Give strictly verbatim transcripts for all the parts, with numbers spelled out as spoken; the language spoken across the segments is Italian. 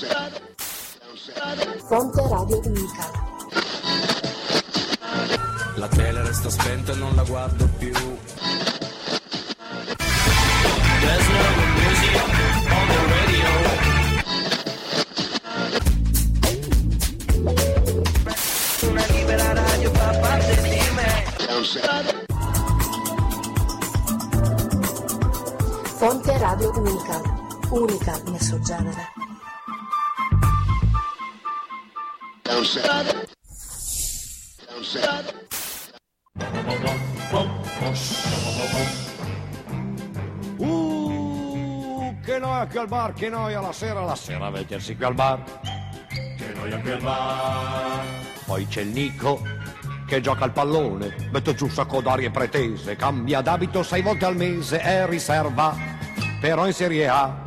Fonte Radio Unica. La tele resta spenta e non la guardo più. There's no music on the radio. Una libera radio fa parte di me. Fonte Radio Unica. Unica nel suo genere. Uh, che noia qui al bar, che noia la sera, la sera a mettersi qui al bar. Che noia qui al bar. Poi c'è il Nico che gioca al pallone, mette giù un sacco d'arie pretese, cambia d'abito sei volte al mese, è riserva, però in Serie A.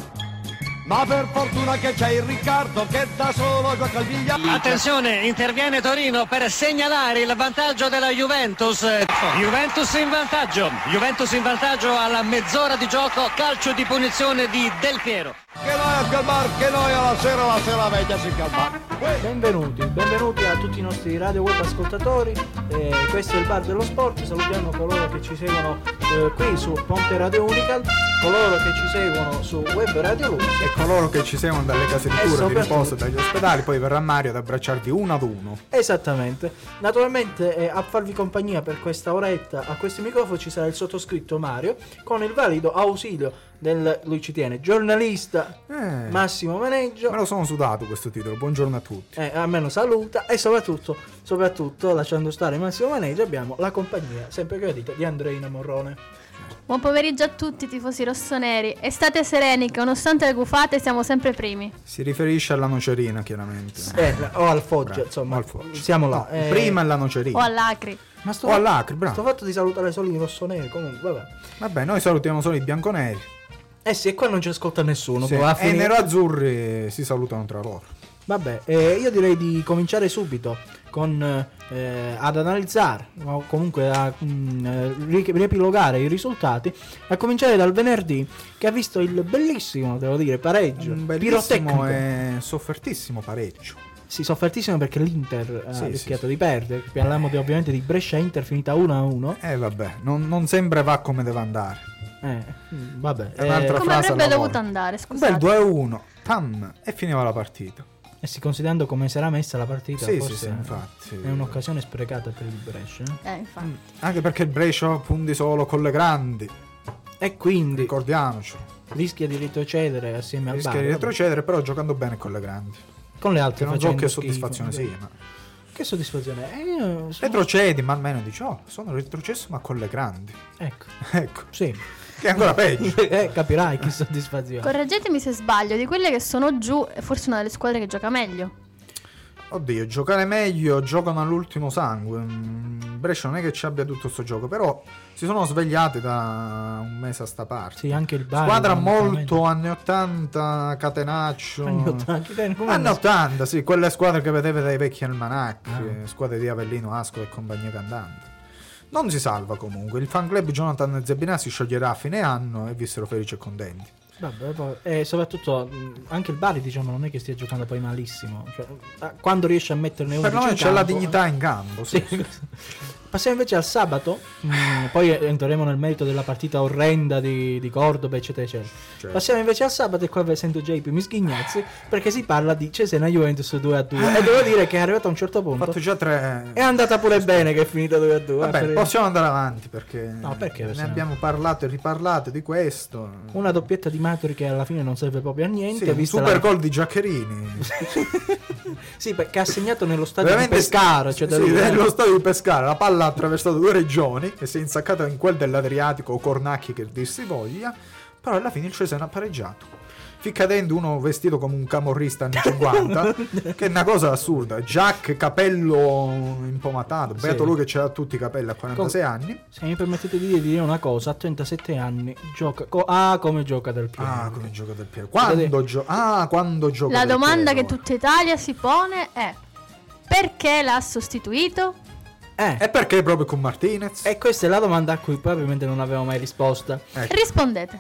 Ma per fortuna che c'è il Riccardo che da solo gioca al biliardo. Attenzione, interviene Torino per segnalare il vantaggio della Juventus. Juventus in vantaggio. Juventus in vantaggio alla mezz'ora di gioco, calcio di punizione di Del Piero. Che noia al bar, che noia la sera, la sera vecchia si calma. Benvenuti, benvenuti a tutti i nostri radio web ascoltatori. Eh, questo è il Bar dello Sport. Salutiamo coloro che ci seguono eh, qui su Ponte Radio Unical, coloro che ci seguono su Web Radio Lux e coloro che ci seguono dalle case di cura, di riposo, dagli ospedali. Poi verrà Mario ad abbracciarvi uno ad uno. Esattamente. Naturalmente eh, a farvi compagnia per questa oretta a questi microfoni ci sarà il sottoscritto Mario con il valido ausilio del, lui ci tiene, giornalista eh, Massimo Maneggio. Me lo sono sudato questo titolo. Buongiorno a tutti. Eh, almeno saluta e soprattutto, soprattutto lasciando stare Massimo Maneggio, abbiamo la compagnia sempre gradita di Andreina Morrone. Buon pomeriggio a tutti tifosi rossoneri. E state sereni che nonostante le gufate siamo sempre primi. Si riferisce alla nocerina chiaramente. Eh, o al Foggia, insomma. Al Foggia. Siamo là. No, eh, prima alla nocerina. O all'Acri. Ma sto o all'Acri, bravo. Sto fatto di salutare solo i rossoneri, comunque, vabbè. Vabbè, noi salutiamo solo i bianconeri. Eh sì, e qua non ci ascolta nessuno. Sì, e i nero-azzurri si salutano tra loro. Vabbè, eh, io direi di cominciare subito con eh, ad analizzare o comunque a mh, riepilogare i risultati, a cominciare dal venerdì che ha visto il bellissimo, devo dire, pareggio un bellissimo pirotecnico e soffertissimo pareggio. Sì, soffertissimo perché l'Inter sì, ha rischiato sì, di perdere. Parliamo di, ovviamente di Brescia-Inter finita uno a uno. Eh vabbè, non, non sempre va come deve andare. Eh, vabbè. È un'altra eh, come frase avrebbe dovuto andare, scusate. Un bel due a uno, tam, e finiva la partita. E sì, considerando come sarà messa la partita, sì, forse sì, sì, infatti, sì. È un'occasione sprecata per il Brescia. Eh, infatti. Mm. Anche perché il Brescia punti solo con le grandi. E quindi ricordiamoci, rischia di retrocedere assieme al rischia Bari. Rischia di retrocedere, però giocando bene con le grandi. Con le altre non so che soddisfazione sia, ma che soddisfazione è? Eh, sono... retrocedi, ma almeno dici oh, sono retrocesso ma con le grandi. Ecco. Ecco. Sì. Che è ancora peggio. eh, capirai che soddisfazione. Correggetemi se sbaglio, di quelle che sono giù è forse una delle squadre che gioca meglio. Oddio, giocare meglio, giocano all'ultimo sangue. Brescia non è che ci abbia tutto sto gioco, però si sono svegliati da un mese a sta parte. Sì, anche il Bari. Squadra molto anni ottanta, catenaccio. Anni ottanta, anni ottanta, sì, quelle squadre che vedete dai vecchi almanacchi, ah. Squadre di Avellino, Ascoli e compagnia cantante. Non si salva comunque. Il fan club Jonathan Zebinà si scioglierà a fine anno e vissero felici e contenti. Vabbè, poi, e soprattutto anche il Bari, diciamo, non è che stia giocando poi malissimo, cioè, quando riesce a metterne uno, per noi c'è campo, la dignità in campo, sì. Sì. Passiamo invece al sabato, mm, poi entreremo nel merito della partita orrenda di, di Cordoba, eccetera, eccetera. Certo. Passiamo invece al sabato e qua sento J P mi sghignazzi perché si parla di Cesena Juventus due a due e devo dire che è arrivato a un certo punto. Ho fatto già tre. È andata pure bene che è finita due a due. Vabbè, per... possiamo andare avanti perché, no, perché ne abbiamo parlato e riparlato di questo. Una doppietta di Maturi che alla fine non serve proprio a niente. Sì, un super la... gol di Giaccherini. Sì, perché ha segnato nello stadio veramente di Pescara, cioè sì, nello stadio di Pescara la palla ha attraversato due regioni e si è insaccata in quel dell'Adriatico o Cornacchi che dir si voglia, però alla fine il Cesena ha pareggiato. Ficcadendo uno vestito come un camorrista anni cinquanta che è una cosa assurda, Jack capello impomatato, beato sì. Lui che c'ha tutti i capelli a quarantasei Com- anni. Se mi permettete di dire una cosa, a trentasette anni gioca co- ah come gioca Del Piero. Ah come gioca Del Piero. Quando gio- ah quando gioca La Del domanda Piero. che tutta Italia si pone è: perché l'ha sostituito? Eh. E perché proprio con Martinez? E questa è la domanda a cui probabilmente non avevo mai risposta. Ecco. Rispondete.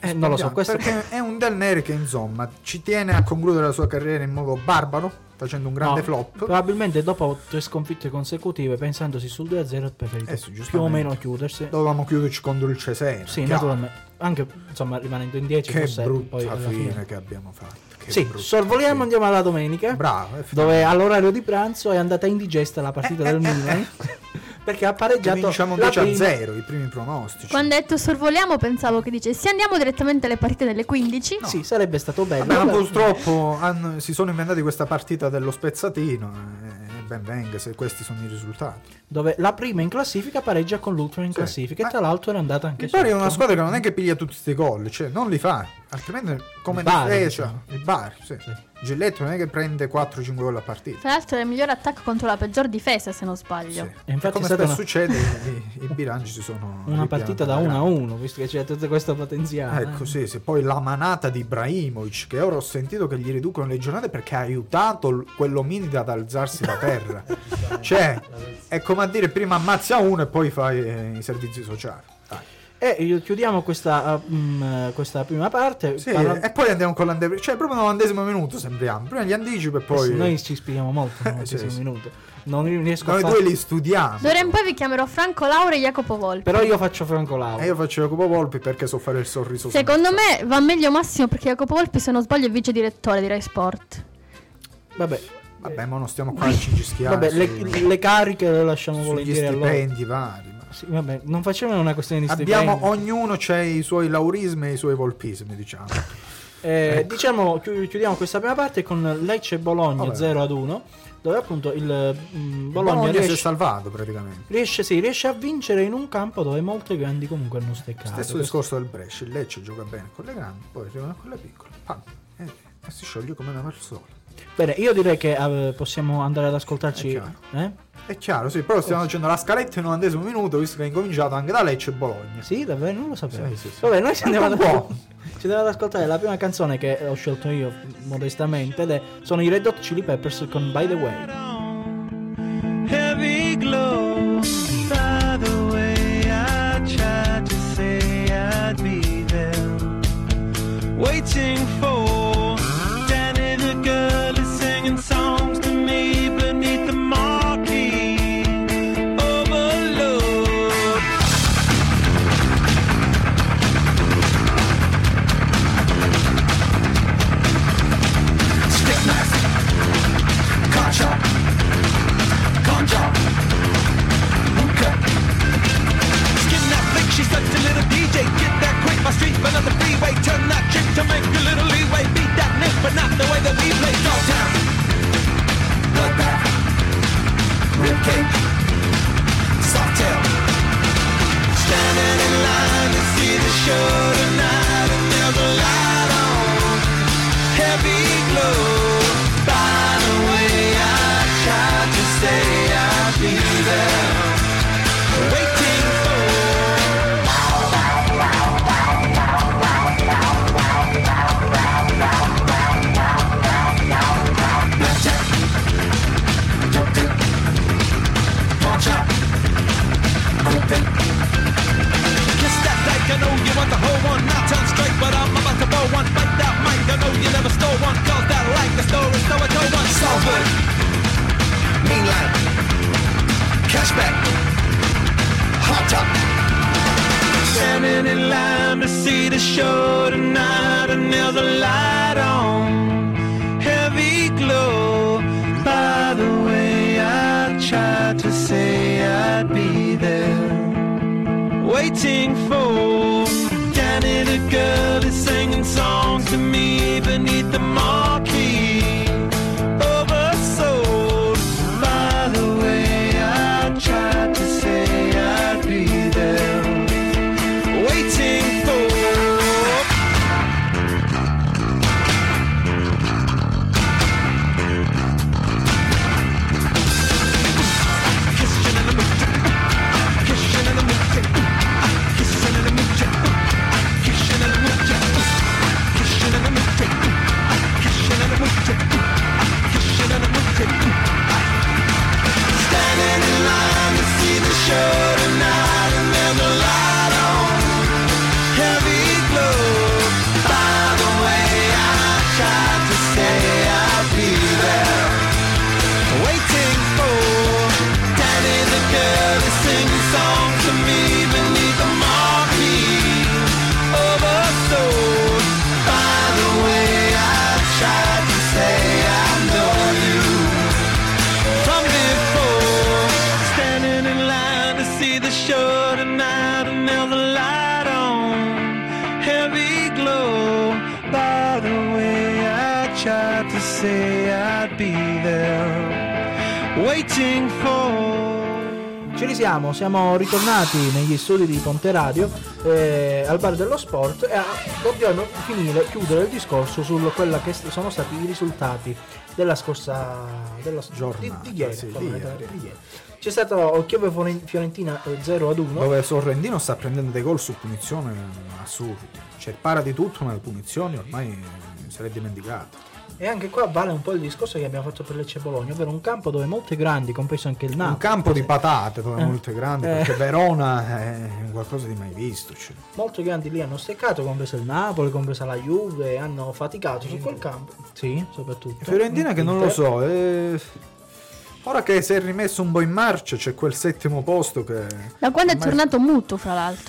Eh, non lo so, questo perché è un Del Neri che insomma ci tiene a concludere la sua carriera in modo barbaro, facendo un grande no, flop. Probabilmente dopo tre sconfitte consecutive, pensandosi sul due a zero, ha preferito Eh sì, più o meno chiudersi. Dovevamo chiuderci contro il Cesena. Sì, chiaro. naturalmente. Anche insomma rimanendo in dieci. Che forse, brutta poi alla fine, fine che abbiamo fatto. Che sì, brutta sorvoliamo, fine. andiamo alla domenica. Bravo. Dove all'orario di pranzo è andata indigesta la partita Eh, del eh, Milan. eh. Perché ha pareggiato Vinciamo la dieci a prima. zero i primi pronostici. Quando hai detto sorvoliamo pensavo che dicessi andiamo direttamente alle partite delle quindici. Sì, sarebbe stato bello. Vabbè, ma Vabbè. purtroppo hanno- si sono inventati questa partita dello spezzatino e ben venga se questi sono i risultati. Dove la prima in classifica pareggia con l'ultima in Sì. classifica Ma e tra l'altro era andata anche Il Bari è sotto. una squadra che non è che piglia tutti questi gol, cioè non li fa, altrimenti come Il Bari, difesa, diciamo. il Bari, sì. Sì. Gilletto non è che prende quattro cinque gol a partita. Tra l'altro è il miglior attacco contro la peggior difesa se non sbaglio. Sì. E infatti come è stata spesso una- succede, i, i bilanci si sono Una partita da uno a uno, visto che c'è tutto questo potenziale. Ecco, sì, sì. Poi la manata di Ibrahimovic, che ora ho sentito che gli riducono le giornate perché ha aiutato l- quell'ominide ad alzarsi da terra. Cioè, è come a dire prima ammazzi a uno e poi fai eh, i servizi sociali. Dai. E chiudiamo questa, uh, mm, questa prima parte. Sì, parla- e poi andiamo con l'anticipo, cioè proprio novantesimo minuto sembriamo. Prima gli anticipi e Eh poi sì, noi ci spieghiamo molto nel Sì, sì. minuto. Non riesco noi a due fare. li studiamo. D'ora in poi vi chiamerò Franco Laura e Jacopo Volpi. Però io faccio Franco Laura. E io faccio Jacopo Volpi perché so fare il sorriso. Secondo me va meglio Massimo perché Jacopo Volpi se non sbaglio è vice direttore di Rai Sport. Vabbè, Vabbè, ma non stiamo qua a cingischiare. vabbè le, su- le cariche le lasciamo sugli volentieri a loro. stipendi vari. ma- Sì, vabbè, non facciamo una questione di Abbiamo, stipendi. ognuno c'è i suoi laurismi e i suoi volpismi, diciamo. Eh, Ecco. Diciamo, chi- chiudiamo questa prima parte con Lecce Bologna Vabbè. zero ad uno, dove appunto il mm, Bologna, Bologna, si è riesce, salvato praticamente. riesce, sì, riesce a vincere in un campo dove molte grandi comunque hanno steccato. Stesso Questo- discorso del Brescia, il Lecce gioca bene con le grandi, poi arrivano con le piccole, pam, e, e si scioglie come una persona. Bene, io direi che eh, possiamo andare ad ascoltarci. È chiaro. Eh? È chiaro, sì, però stiamo facendo la scaletta in novantesimo minuto, visto che è incominciato anche da Lecce e Bologna. Sì, davvero, non lo sapevo. Sì, sì, sì. Vabbè, noi ci andiamo, ad... Un po'. ci andiamo ad ascoltare la prima canzone che ho scelto io modestamente ed è, sono i Red Hot Chili Peppers con By the Way. Heavy glow. By the way, I tried to say I'd be there, waiting for Danny the girl is singing songs to me beneath the marquee. Overload. Stick knife, car chop, con chop, hookah. Skin that flick, she's such a little D J. Get that quick, my street, another freeway. Turn that trick to make a little leeway. Beat that nick, but not the way that we play. Dogtown, bloodbath, ribcage, softail. Standing in line to see the show tonight, and there's a light on, heavy glow. By the way, I tried to say I'd be there, waiting for. Blackjack, dope it, pawn shop, open. Kiss that dyke, I know you want the whole one. Not turn straight, but I'm about to blow one. Bite that mic, I know you never stole one. Cause that like the story, so I told one. Salford, mean line, cashback, hot top. Standing in line to see the show tonight, and there's a light on, heavy glow. By the way, I tried to say I'd be there, waiting for Danny the girl is singing songs to me beneath the marquee. Oversold. By the way, I tried to say I'd be there, waiting for. Kissing in the mood, kissing in the mood, kissing in tried to say I'd be there, waiting for. Ci risiamo, siamo ritornati negli studi di Ponte Radio, eh, al bar dello sport, e ah, dobbiamo finire, chiudere il discorso su quella che sono stati i risultati della scorsa della giornata di, di ieri, sì, insomma, di ieri. di ieri. C'è stato Chievo Fiorentina zero ad uno, dove Sorrentino sta prendendo dei gol su punizione assurdi, cioè para di tutto, ma le punizioni ormai se l'è dimenticato. E anche qua vale un po' il discorso che abbiamo fatto per Lecce Bologna, ovvero un campo dove molte grandi, compreso anche il Napoli. Un campo di patate dove Eh. molte grandi, Eh. perché Verona è qualcosa di mai visto. Cioè. Molti grandi lì hanno steccato, compreso il Napoli, compresa la Juve, hanno faticato su quel campo. Sì, soprattutto. Fiorentina che non lo Inter. so, eh, ora che si è rimesso un po' in marcia c'è quel settimo posto che... Da quando è ormai- tornato Mutu, fra l'altro.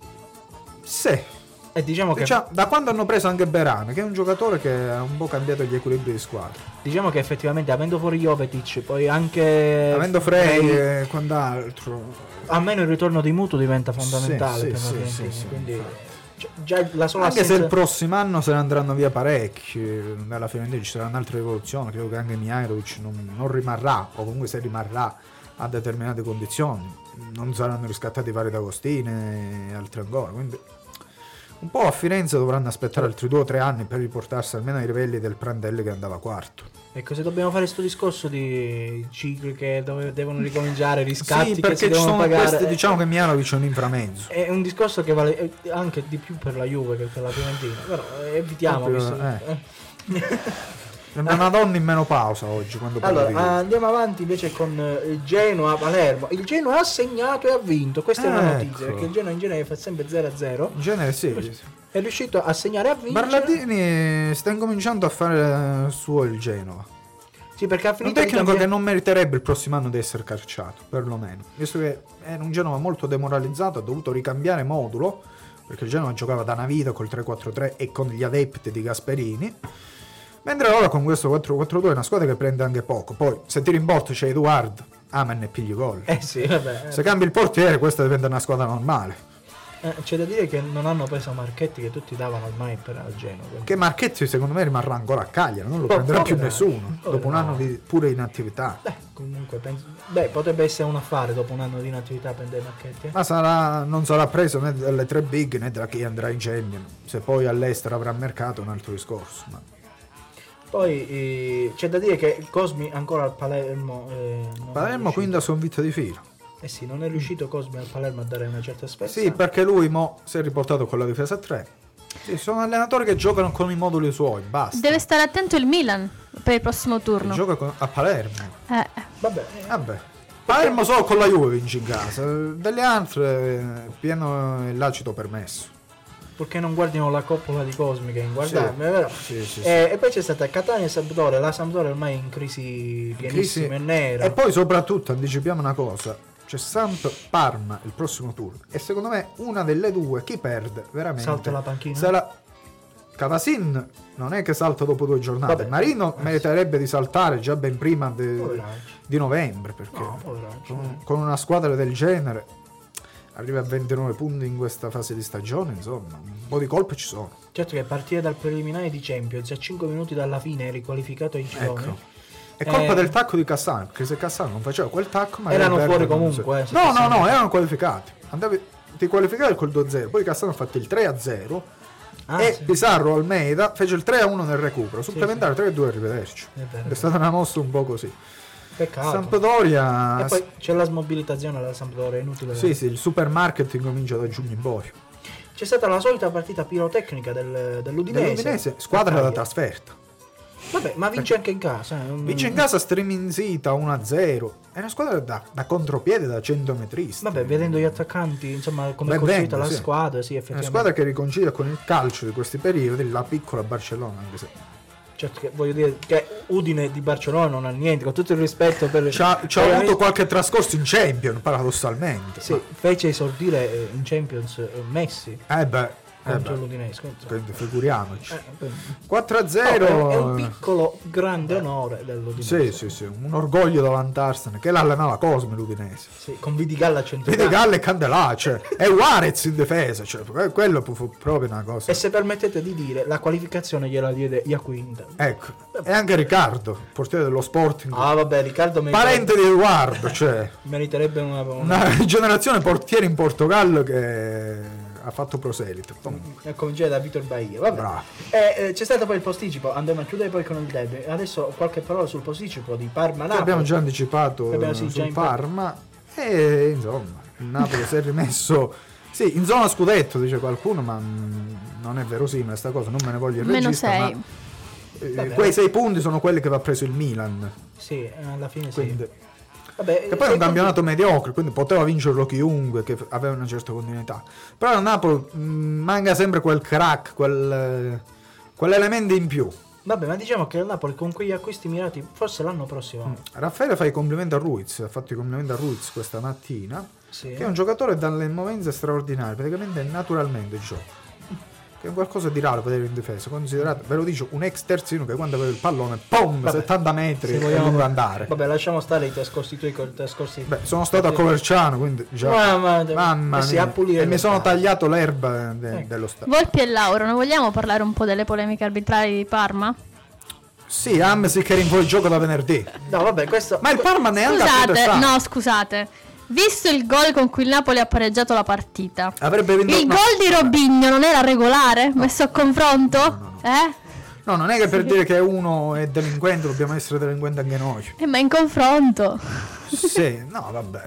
Sì. E diciamo che, Diciamo, da quando hanno preso anche Berame, che è un giocatore che ha un po' cambiato gli equilibri di squadra. diciamo che effettivamente avendo fuori Jovetic, poi anche Avendo Frey e quant'altro. almeno il ritorno di Mutu diventa fondamentale Sì, per sì, la sì, Fiorentina, sì, sì, quindi infatti. gi- già la sola Anche se assenza- il prossimo anno se ne andranno via parecchi dalla Fiorentina, ci saranno altre rivoluzioni, credo che anche Mihajlovic non, non rimarrà, o comunque se rimarrà a determinate condizioni non saranno riscattati vari D'Agostini e altri ancora, quindi un po' a Firenze dovranno aspettare altri due o tre anni per riportarsi almeno ai livelli del Prandelli che andava quarto. Ecco, se dobbiamo fare questo discorso di cicli che dove devono ricominciare, riscatti Sì, che perché si ci devono sono pagare, questi, diciamo che Mihajlovic è un inframezzo. è un discorso che vale eh, anche di più per la Juve che per la Fiorentina, però eh, evitiamo Proprio, visto- eh. eh. Sembra una donna in menopausa oggi quando parla Allora, di lui. andiamo avanti invece con eh, il Genoa Palermo. Il Genoa ha segnato e ha vinto. Questa è una Ecco. notizia, perché il Genoa in genere fa sempre zero a zero. In genere sì. È riuscito a segnare e a vincere. Barladini sta incominciando a fare eh, suo il Genova. Sì, perché ha Un finito di tecnico cambiare- che non meriterebbe il prossimo anno di essere calciato, perlomeno. Visto che era un Genova molto demoralizzato, ha dovuto ricambiare modulo, perché il Genova giocava da una vita col tre quattro tre e con gli adepti di Gasperini. Mentre ora con questo quattro quattro due è una squadra che prende anche poco. Poi se tiri in porta c'è Eduard, amen e pigli gol. Eh sì, vabbè. Se cambi il portiere questa diventa una squadra normale. Eh, c'è da dire che non hanno preso Marchetti che tutti davano ormai per al Genoa. quindi- Che Marchetti secondo me rimarrà ancora a Cagliari, non lo Po- prenderà più povero, nessuno, povero. dopo un anno di pure inattività. Beh, comunque penso... Beh, potrebbe essere un affare dopo un anno di inattività prendere Marchetti. eh. Ma sarà, non sarà preso né dalle tre big né da chi andrà in Champions. Se poi all'estero avrà mercato è un altro discorso. Ma... Poi eh, c'è da dire che Cosmi ancora al Palermo. eh, non è Palermo riuscito- quinta sconfitta di fila. Eh sì, non è riuscito Cosmi al Palermo a dare una certa spessa. Sì, perché lui mo si è riportato con la difesa a tre. Sì, sono allenatori che giocano con i moduli suoi, basta. Deve stare attento il Milan per il prossimo turno. Gioca con- a Palermo. Eh, Vabbè, eh, Vabbè. Palermo solo con la Juve vince in casa. Delle altre eh, pieno il lacito permesso. perché non guardino la coppola di Cosmi che è inguardabile, Sì. vero? Sì, sì, sì. Eh, e poi c'è stata Catania e Sampdoria. La Sampdoria ormai è in crisi pienissima Crisi- e nera. E poi soprattutto anticipiamo una cosa, c'è Samp Parma il prossimo turno e secondo me una delle due chi perde veramente Salta la panchina? sarà Cavasin, non è che salta dopo due giornate. Vabbè. Marino meriterebbe di saltare già ben prima de- Poveraccio. di novembre, perché No, poveraccio. con, con una squadra del genere arriva a ventinove punti in questa fase di stagione, insomma un po' di colpe ci sono. Certo che partire dal preliminare di Champions a cinque minuti dalla fine eri qualificato ai gironi. Ecco. È colpa Eh, del tacco di Cassano, perché se Cassano non faceva quel tacco magari Erano perde fuori con- comunque, eh, se no, no, Cassano- no, erano qualificati. Andavi, ti qualificavi col due a zero, poi Cassano ha fatto il tre a zero Ah, e sì. Pizarro Almeida fece il tre a uno nel recupero, supplementare tre a due e arrivederci. È vero. È stata una mossa un po' così. Peccato. Sampdoria E poi c'è la smobilitazione alla Sampdoria, è inutile. sì, sì, il supermarket incomincia da giugno in poi. C'è stata la solita partita pirotecnica del, dell'Udinese. Dell'Udinese, squadra da trasferta. Vabbè, ma vince anche in casa. eh, un- Vince in casa Streminzita uno a zero. È una squadra da, da contropiede da centometristi. Vabbè, vedendo gli attaccanti, insomma, come è Ben costruita venga, la sì. squadra, sì, È una effettivamente. squadra che riconcilia con il calcio di questi periodi la piccola Barcellona, anche se Certo che voglio dire che Udine di Barcellona non ha niente, con tutto il rispetto per... c'ha, c'ha per- avuto qualche trascorso in Champions paradossalmente. Sì, fece esordire eh, in Champions eh, Messi. Ma- eh beh, contro beh. l'Udinese. Contro... Quindi figuriamoci. Eh, quattro a zero. no, è un piccolo grande onore dell'Udinese. Sì, sì, sì, un orgoglio da vantarsene, che l'allenava Cosme l'Udinese. Sì, con Vidigalla a centrocampo. Vidigalla e Candelà, cioè, e Juarez in difesa, cioè, quello fu proprio una cosa. E se permettete di dire, la qualificazione gliela diede Iaquinta. Ecco, e anche Riccardo, portiere dello Sporting. Ah vabbè, Riccardo meriterebbe, Parente di Eduardo, cioè, meriterebbe una, una... una generazione portieri in Portogallo che ha fatto proselito. a cominciare da Vitor Bahia. Vabbè. Bravo. Eh, eh, c'è stato poi il posticipo, andremo a chiudere poi con il derby. Adesso qualche parola sul posticipo di Parma Napoli. Abbiamo già anticipato Abbiamo, sì, sul già in- Parma e insomma il Napoli si è rimesso sì, in zona scudetto, dice qualcuno, ma mh, non è verosimile sta cosa, non me ne voglio il Meno regista, sei. ma eh, Vabbè. quei sei punti sono quelli che va preso il Milan. Sì, alla fine Quindi, sì. Vabbè, che poi è un campionato mediocre, quindi poteva vincerlo chiunque che aveva una certa continuità. Però a Napoli mh, manca sempre quel crack, quel, quell'elemento in più. Vabbè, ma diciamo che il Napoli con quegli acquisti mirati forse l'anno prossimo. Raffaele fa i complimenti a Ruiz, ha fatto i complimenti a Ruiz questa mattina, Sì. che è un giocatore dalle movenze straordinarie, praticamente naturalmente gioca. Che è qualcosa di raro vedere in difesa, considerato, ve lo dico, un ex terzino che quando aveva il pallone, pom, Vabbè, settanta metri se e vogliamo- lungo andare. Vabbè, lasciamo stare i trascorsi tuoi col trascorsi. Beh, sono stato a Coverciano, quindi già, Mamma, mamma eh sì, mia, a pulire e mi le sono strade. tagliato l'erba de- Ecco. dello stadio. Volpi e Lauro, non vogliamo parlare un po' delle polemiche arbitrali di Parma? Sì, Amsi che era in fuori gioco da venerdì. No, vabbè, questo Ma il Parma neanche ha Scusate, protestato. no, scusate. Visto il gol con cui il Napoli ha pareggiato la partita, Avrebbe vinto il no. gol di Robinho non era regolare? Messo a confronto? Eh? No, non è che per dire che uno è delinquente dobbiamo essere delinquenti anche noi. Eh, ma in confronto. Sì, no, vabbè.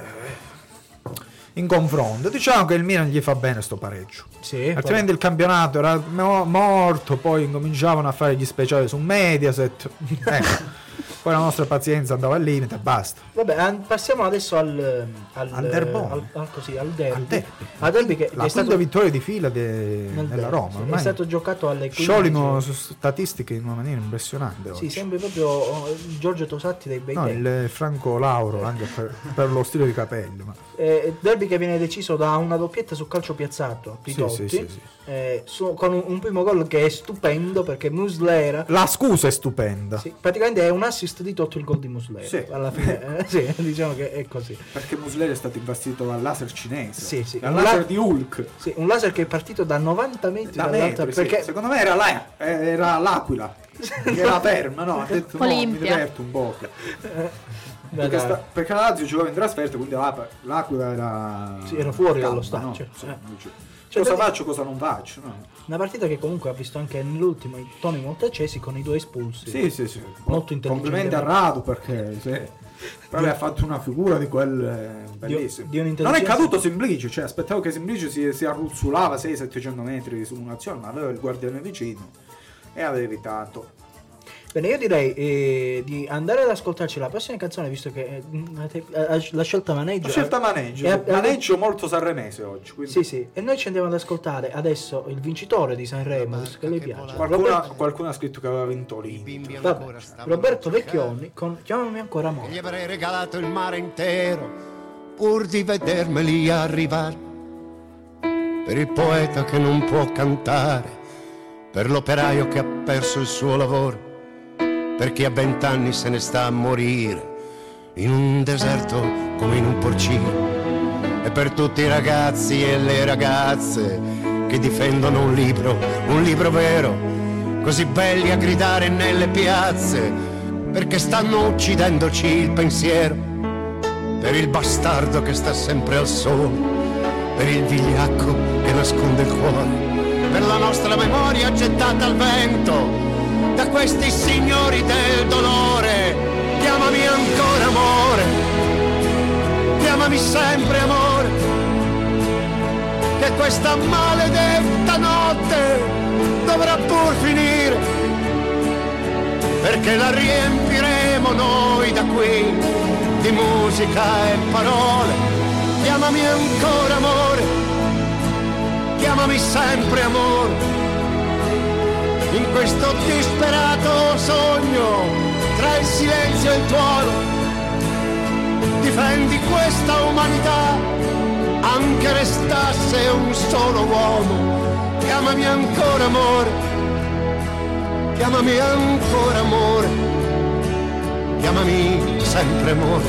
In confronto, diciamo che il Milan gli fa bene sto pareggio. Sì, Altrimenti il campionato era mo- morto, poi incominciavano a fare gli speciali su Mediaset. Ecco. Poi la nostra pazienza andava al limite e basta. vabbè, an- passiamo adesso al al, Al derbone. al, al, così, al derby. Al derby. Al derby che La è quinta stato vittoria di fila de- nel nella derby, Roma. sì, è Ormai stato giocato alle quindici. sciolino su statistiche in una maniera impressionante. Sì, oggi. sembra proprio oh, Giorgio Tosatti dei bei No, tempi. il Franco Lauro anche per, per lo stile di capelli. Ma... Eh, derby che viene deciso da una doppietta su calcio piazzato di Sì, Totti, sì, sì, sì. eh, su- con un, un primo gol che è stupendo perché Muslera La scusa è stupenda. sì, praticamente è un assist di Totti il gol di Muslera. Sì. Alla fine, eh, sì, diciamo che è così. Perché Muslera è stato investito dal laser cinese. Sì, sì. Dal Un laser la- di Hulk. Sì, un laser che è partito da novanta metri Da dall'altra metri, sì. perché Secondo me era là, era l'Aquila. Che era ferma, no? Ha detto no, mi Olimpia. diverto un po'. Beh, Perché, dai. sta- perché la Lazio giocava in trasferta, quindi l'A- l'Aquila era. Sì, era fuori calma, dallo stadio, no? cioè, Sì, eh. dice, Cioè, cosa perché- faccio, cosa non faccio? No. una partita che comunque ha visto anche nell'ultimo i toni molto accesi con i due espulsi. Sì, sì, sì. Molto Complimenti a Radu perché sì, proprio ha fatto una figura di quel eh, bellissimo. di non è un'intelligenza- caduto Simplicio, cioè aspettavo che Simplicio si, si arruzzolava seicento settecento metri su un'azione, ma aveva il guardiano vicino e aveva evitato. Bene, io direi eh, di andare ad ascoltarci la prossima canzone, visto che eh, la, la scelta maneggio. La scelta maneggio, E- sì. e- maneggio molto sanremese oggi. Quindi Sì, sì, e noi ci andiamo ad ascoltare adesso il vincitore di Sanremo, visto che le piace. Qualcuno, Roberto, qualcuno ha scritto che aveva vinto l'Inter. vabbè, Roberto Vecchioni con Chiamami ancora amore. Gli avrei regalato il mare intero pur di vedermeli arrivare. Per il poeta che non può cantare, per l'operaio che ha perso il suo lavoro, per chi a vent'anni se ne sta a morire in un deserto come in un porcino, e per tutti i ragazzi e le ragazze che difendono un libro, un libro vero, così belli a gridare nelle piazze, perché stanno uccidendoci il pensiero, per il bastardo che sta sempre al sole, per il vigliacco che nasconde il cuore, per la nostra memoria gettata al vento da questi signori del dolore. Chiamami ancora amore, chiamami sempre amore, che questa maledetta notte dovrà pur finire, perché la riempiremo noi da qui di musica e parole. Chiamami ancora amore, chiamami sempre amore, in questo disperato sogno tra il silenzio e il tuono. Difendi questa umanità anche restasse un solo uomo. Chiamami ancora amore, chiamami ancora amore, chiamami sempre amore,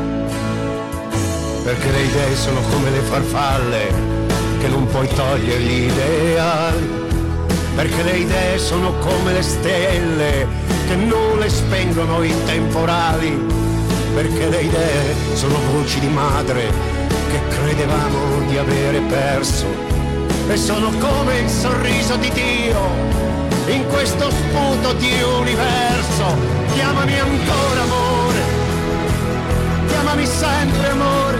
perché le idee sono come le farfalle che non puoi togliere gli ideali, perché le idee sono come le stelle che non le spengono i temporali, perché le idee sono voci di madre che credevamo di avere perso, e sono come il sorriso di Dio in questo sputo di universo. Chiamami ancora amore, chiamami sempre amore,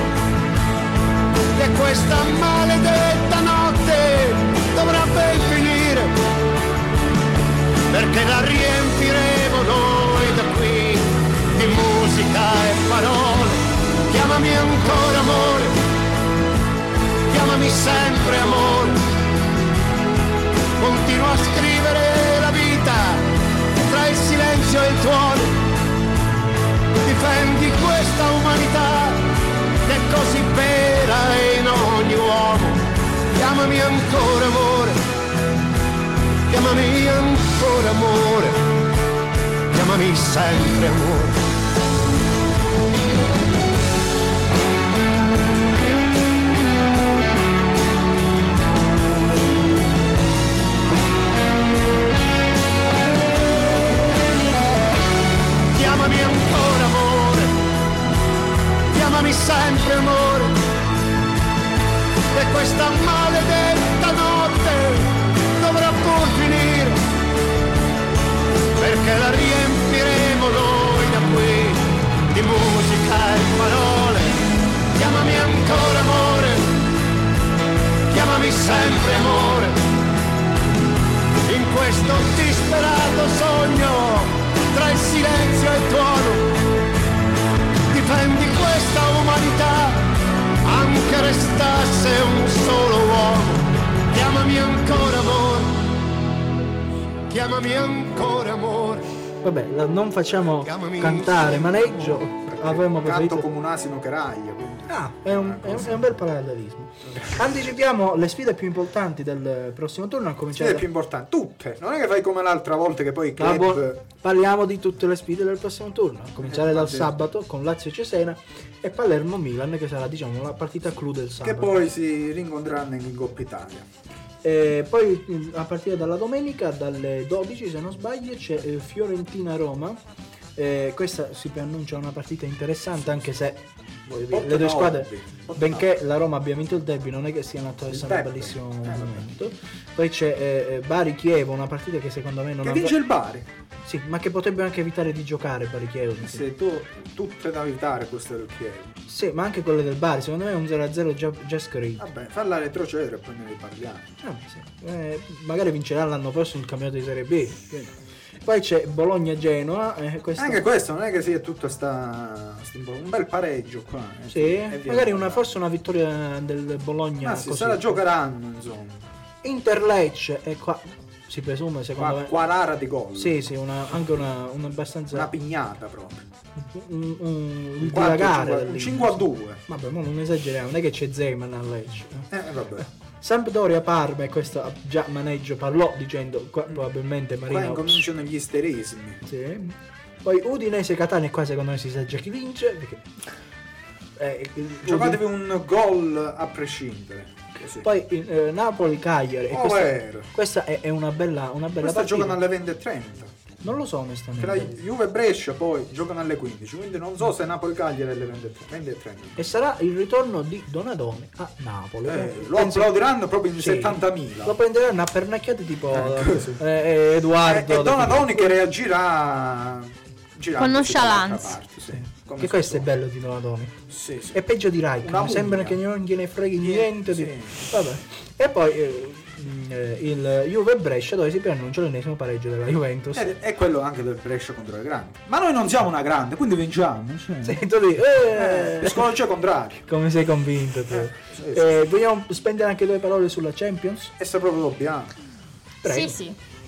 e questa maledetta notte dovrà ben finire, perché la riempiremo noi da qui di musica e parole. Chiamami ancora amore, chiamami sempre amore, continua a scrivere la vita tra il silenzio e il tuono, difendi questa umanità che è così vera in ogni uomo. Chiamami ancora amore, chiamami ancora amore, chiamami sempre amore. Chiamami ancora amore, chiamami sempre amore, e questa maledetta notte dovrà pur finire, perché la riempiremo noi da qui di musica e parole. Chiamami ancora amore, chiamami sempre amore, in questo disperato sogno tra il silenzio e il tuono, difendi questa umanità, anche restasse un solo uomo. Chiamami ancora amore, chiamami ancora amore. Vabbè, la- non facciamo Chiamami cantare sempre Maneggio, amore. avremmo Canto preferito... come un asino che raglia. quindi. Ah, è un, è un- è un bel parallelismo. Anticipiamo le sfide più importanti del prossimo turno, a cominciare Sfide da... più importanti, tutte. Non è che fai come l'altra volta che poi i Ah, club... buon- Parliamo di tutte le sfide del prossimo turno, a cominciare Eh, dal sì. sabato con Lazio Cesena e Palermo Milan, che sarà, diciamo, la partita clou del che sabato. poi si rincontreranno in Coppa Italia. E poi a partire dalla domenica dalle dodici, se non sbaglio, c'è eh, Fiorentina-Roma. Eh, questa si preannuncia una partita interessante, anche se voglio dire, le due squadre, benché la Roma abbia vinto il derby, non è che stiano attraversando un derby. bellissimo Eh, momento. Poi c'è eh, Bari-Chievo, una partita che secondo me non Che ha... vince il Bari. Sì, ma che potrebbe anche evitare di giocare Bari-Chievo. Se tu tutte da evitare queste del Chievo. Sì, ma anche quelle del Bari, secondo me è un zero a zero già, già scritto. Vabbè, falla retrocedere e poi ne riparliamo. Ah, sì. Eh, magari vincerà l'anno prossimo il campionato di Serie B. Quindi. Poi c'è Bologna-Genoa. Eh, questo... Anche questo non è che sia tutto sta, sta un bel pareggio qua. eh, Sì, e via magari via. una, forse una vittoria del Bologna. Ma sì, così. se la giocheranno, insomma. Inter-Lecce, e qua si presume, secondo Qua, me. quarara di gol. Sì, sì, una, anche una, una abbastanza. Una pignata proprio. un, un, un Un quattro, dilagare cinque- del un Lecce. cinque a due. Vabbè, ma non esageriamo, non è che c'è Zeman a Lecce. Eh, vabbè. Sampdoria-Parma, e questo già Maneggio parlò dicendo qua probabilmente Qua Marino. incominciano gli isterismi. Sì. Poi Udinese-Catania, e qua secondo me si sa già chi vince. Perché... eh, il- Giocatevi un gol a prescindere. Così. Poi eh, Napoli-Cagliari. e Oh, questa, vero. questa è, è una bella, una bella Questa partita. giocano alle venti e trenta. Non lo so Che onestamente. la Juve e Brescia poi giocano alle quindici. Quindi non so se Napoli-Cagliari è alle venti e trenta. E sarà il ritorno di Donadoni a Napoli. Eh, lo Penso- applaudiranno proprio in Sì. settantamila. Lo prenderanno a pernacchiate tipo Eh, così. eh, eh, Edoardo. E, e Donadoni che reagirà girando Con dall'altra nonchalance. parte, sì. Come Che questo è solito. bello di Donadoni. Sì, sì. È peggio di Una Raikkonen, sembra mummia. che non gliene freghi niente di... Sì. Vabbè. E poi eh, mh, eh, il Juve Brescia, dove si preannuncia l'ennesimo pareggio della Juventus. Ed è quello anche del Brescia contro le grandi. Ma noi non siamo una grande, quindi vinciamo. Cioè. Sì, tu dici, eh, Eh, psicologia contraria. come sei convinto tu? Eh, sì, sì. Eh, vogliamo spendere anche due parole sulla Champions? E se proprio dobbiamo. Prego. Sì, sì.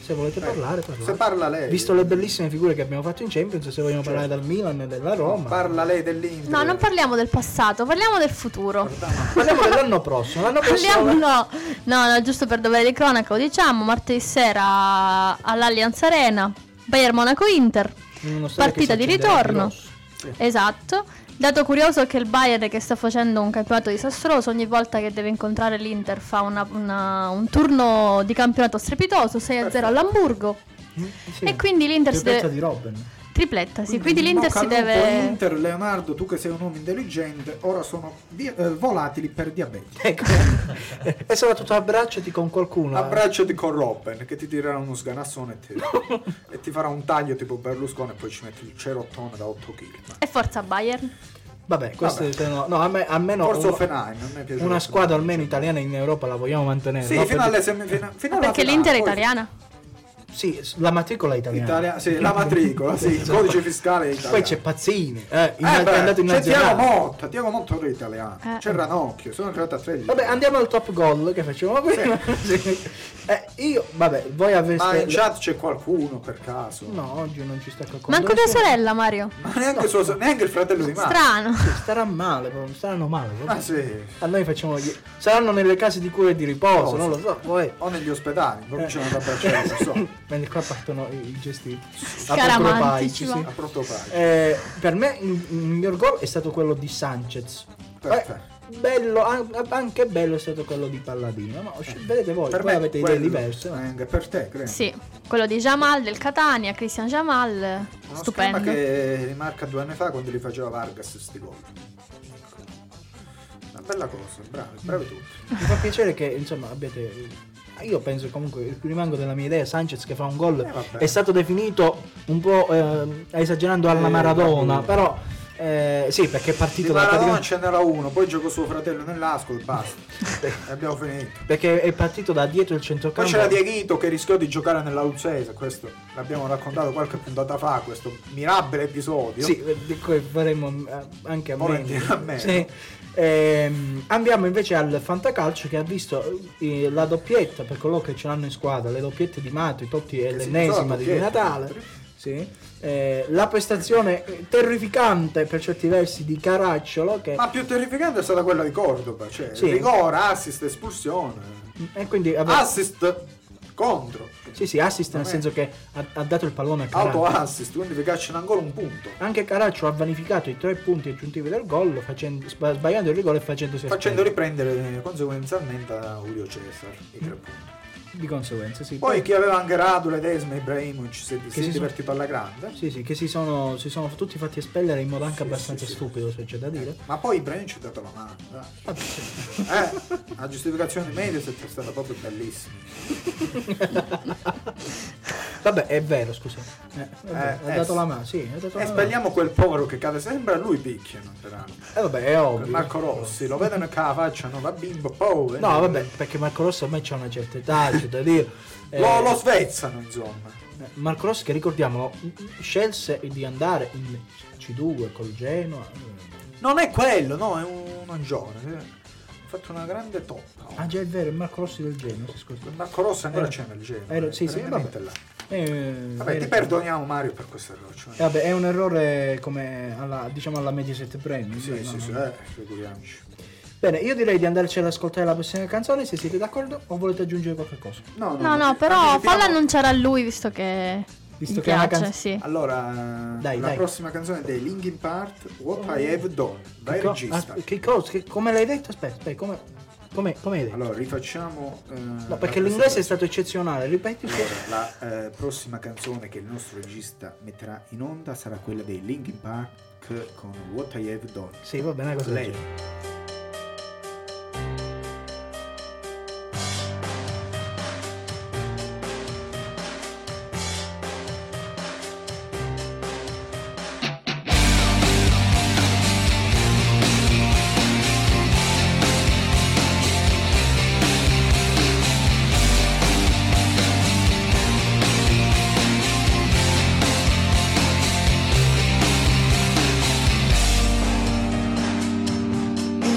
se volete parlare, parlare. Se parla lei. Visto le bellissime figure che abbiamo fatto in Champions, se vogliamo parlare del Milan e della Roma. No, parla lei dell'Inter. No, non parliamo del passato, parliamo del futuro. Parliamo dell'anno prossimo. L'anno prossimo Parliamo, no, no, no, giusto per dovere di cronaca, lo diciamo, martedì sera all'Allianz Arena, Bayern Monaco-Inter, partita di ritorno. Sì. Esatto. Dato curioso che il Bayern, che sta facendo un campionato disastroso, ogni volta che deve incontrare l'Inter fa una, una, un turno di campionato strepitoso, sei a zero all'Hamburgo. Mm, sì. E quindi l'Inter si Tripletta deve... di Robben. Tripletta, sì, Quindi quindi l'Inter si deve... Inter, Leonardo, tu che sei un uomo intelligente, ora sono via, eh, volatili per diabete. Ecco. E soprattutto abbracciati con qualcuno. eh. Abbracciati con Robben che ti tirerà uno sganassone e ti, e ti farà un taglio tipo Berlusconi e poi ci metti il cerottone da otto chili. E forza Bayern. Vabbè, queste Vabbè. sono... No, a me, almeno Forza uno- Offenheim, a me piace una squadra almeno italiana in Europa la vogliamo mantenere. Sì, no? fino Perché- alle semifinali. fino alla Perché finale, l'Inter è poi- italiana. Sì, la matricola è italiana. Italia- sì, la matricola, sì, il codice fiscale è italiano. Poi c'è Pazzini, eh, in- Eh è beh, andato in c'è Tiago nazionale. Motta, Tiago Motta è italiano, Eh. c'è Ranocchio, sono arrivato a tredici. Vabbè, andiamo al top goal che facciamo prima. Sì. Eh, io, vabbè, voi aveste... Ma in chat c'è qualcuno per caso? No, oggi non ci sta qualcuno. Manco tua sorella, Mario. Ma neanche, suo- neanche il fratello di Mario. Strano. Starà male, proprio, staranno male. proprio. Ah sì, A noi facciamo gli... Saranno nelle case di cura e di riposo, Cosa? non lo so. Poi... o negli ospedali, cominciano ad abbracciare le persone. Mentre qua partono i i gesti Scaramantici, apotropaici, va. sì. A protopagina. Eh, per me il, il miglior gol è stato quello di Sanchez. Perfetto. Eh, bello, an- anche bello è stato quello di Palladino. No, sc- vedete voi, Per poi me avete idee quello- diverse. ma- Anche per te, credo. Sì, quello di Jamal del Catania, Christian Jamal, Uno stupendo. schema che rimarca due anni fa quando li faceva Vargas sti gol. Una bella cosa, bravi, bravi tutti. Mi fa piacere che insomma abbiate. Io penso comunque, rimango della mia idea, Sanchez che fa un gol Eh, vabbè. è stato definito un po' eh, esagerando alla Eh, Maradona, vabbè. però eh, sì, perché è Di partito da Maradona praticamente- ce n'era uno, poi giocò suo fratello nell'Ascol e basta. E abbiamo finito. perché è partito da dietro il Poi centrocampo. c'era Dieghito che rischiò di giocare nella Luzzese, questo l'abbiamo raccontato qualche puntata fa, questo mirabile episodio. Sì, di cui faremo eh, anche a Volentieri meno. a meno. Sì. Ehm, andiamo invece al Fantacalcio che ha visto eh, la doppietta per coloro che ce l'hanno in squadra, le doppiette di Matri, Totti e Che si l'ennesima sono di doppiette, Natale. Matri. Sì. Eh, la prestazione eh, terrificante per certi versi di Caracciolo che Ma più terrificante è stata quella di Cordoba, cioè Sì. rigore, assist, espulsione. e quindi ave- Assist contro, sì, sì, assist nel senso che ha, ha dato il pallone a auto Caracciolo. assist, quindi vi cacciano ancora un punto. Anche Caracciolo ha vanificato i tre punti aggiuntivi del gol facendo, sba- sbagliando il rigore e facendosi Facendo espellere. riprendere conseguenzialmente a Julio Cesar i tre punti. Di conseguenza, sì. Poi chi aveva anche Radule, Desma, Ibrahimovic si è, si è si sono- divertito alla grande. Sì, sì, che si sono, si sono tutti fatti espellere in modo anche abbastanza sì, sì. stupido, se c'è da dire. Ma poi Ibrahimovic ha dato la mano. dai. Eh, la giustificazione di Mediaset è stata proprio bellissima. Vabbè, è vero, scusa. Eh, vabbè, Eh, ha eh, dato sì. la mano, sì, ha dato E la mano. spelliamo quel povero che cade sempre, a lui picchiano peraltro. Eh, vabbè, è ovvio. Marco Rossi, lo vedono che la facciano da bimbo, poi No, vabbè, perché Marco Rossi ormai c'ha una certa età, c'è da dire. Eh, lo, lo svezzano insomma. Marco Rossi, che ricordiamolo, scelse di andare in C due col Genoa. Non è quello, no, è un, un giovane. Ha fatto una grande toppa. Ah, già è vero, è Marco Rossi del Genoa, si scusa. Marco Rossi ancora Eh, c'è nel genere. eh, sì, sì, perennemente vabbè. là. Eh, Vabbè, hai ti ragione. perdoniamo Mario per questo errore. cioè. Eh, vabbè, è un errore come alla, diciamo alla Mediaset Premium. Sì, no, sì, no, sì, no. eh, figuriamoci. Bene, io direi di andarci ad ascoltare la prossima canzone, se siete d'accordo, o volete aggiungere qualche cosa? No, No, no, però anticipiamo- fallo annunciare a lui visto che Visto mi che è una piace, canz- sì. Allora, Dai, la dai. prossima canzone dei Linkin Park, What I Have Done, dai Che co- regista. ah, che cosa? Che- come l'hai detto? Aspetta, aspetta, come, come, come hai detto? Allora, rifacciamo... eh, No, perché la l'inglese è prossima- stato eccezionale, ripeti. Allora, la eh, prossima canzone che il nostro regista metterà in onda sarà quella dei Linkin Park con What I Have Done. Sì, va bene, cosa del Lei. genere. What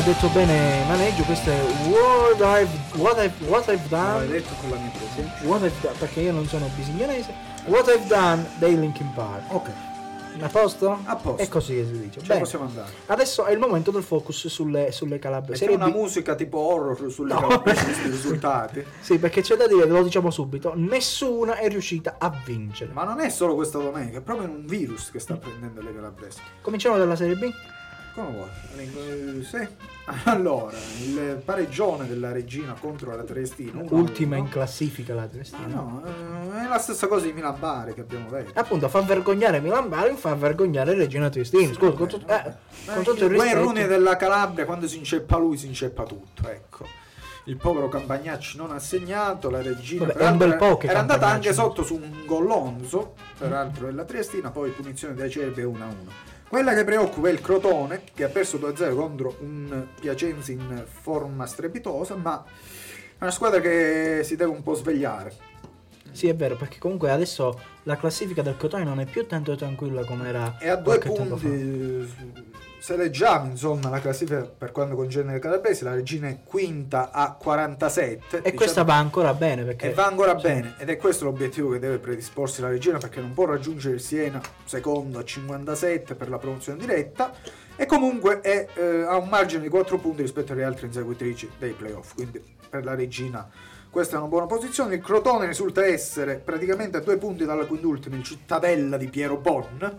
detto bene Maneggio, questo è What I've, what I've, what I've Done. L'hai detto con la mia presenza. What I've Done, perché io non sono bisignanese. What I've Done dei Linkin Park. Ok. A posto? A posto. È così che si dice. Ce Bene. possiamo andare. Adesso è il momento del focus sulle, sulle Calabresi. C'è Serie una B. musica tipo horror sulle No. calabresi, questi risultati. Sì, perché c'è da dire, lo diciamo subito, nessuna è riuscita a vincere. Ma non è solo questa domenica, è proprio un virus che sta prendendo le calabresi. Cominciamo dalla Serie B? Come vuoi? Eh, Sì. Allora, il pareggione della Regina contro la Triestina. uno a Ultima uno. in classifica la Ah, Triestina. no, eh, è la stessa cosa di Milan Bari che abbiamo detto. Appunto, fa vergognare Milan Bari, fa vergognare Regina Triestina. Scusa, con, tut- eh, con tutto il Guerroni rispetto. della Calabria, quando si inceppa lui si inceppa tutto, ecco. Il povero Campagnacci non ha segnato, la Regina Vabbè, è peraltro, un bel po' che era andata Campagnacci anche non- sotto su un gollonzo, peraltro della Triestina, poi punizione dei Acerbi uno a uno. Quella che preoccupa è il Crotone, che ha perso due a zero contro un Piacenza in forma strepitosa, ma è una squadra che si deve un po' svegliare. Sì, è vero, perché comunque adesso la classifica del Crotone non è più tanto tranquilla come era E a due qualche tempo punti, se leggiamo insomma la classifica per quanto concerne le calabresi, la Regina è quinta a quarantasette. fa. E questa va ancora bene perché E va ancora bene, ed è questo l'obiettivo che deve predisporsi la Regina, perché non può raggiungere il Siena secondo a cinquantasette per la promozione diretta, e comunque è, eh, ha un margine di quattro punti rispetto alle altre inseguitrici dei playoff, quindi per la Regina questa è una buona posizione. Il Crotone risulta essere praticamente a due punti dalla quindultima, il Cittadella di Piero Bon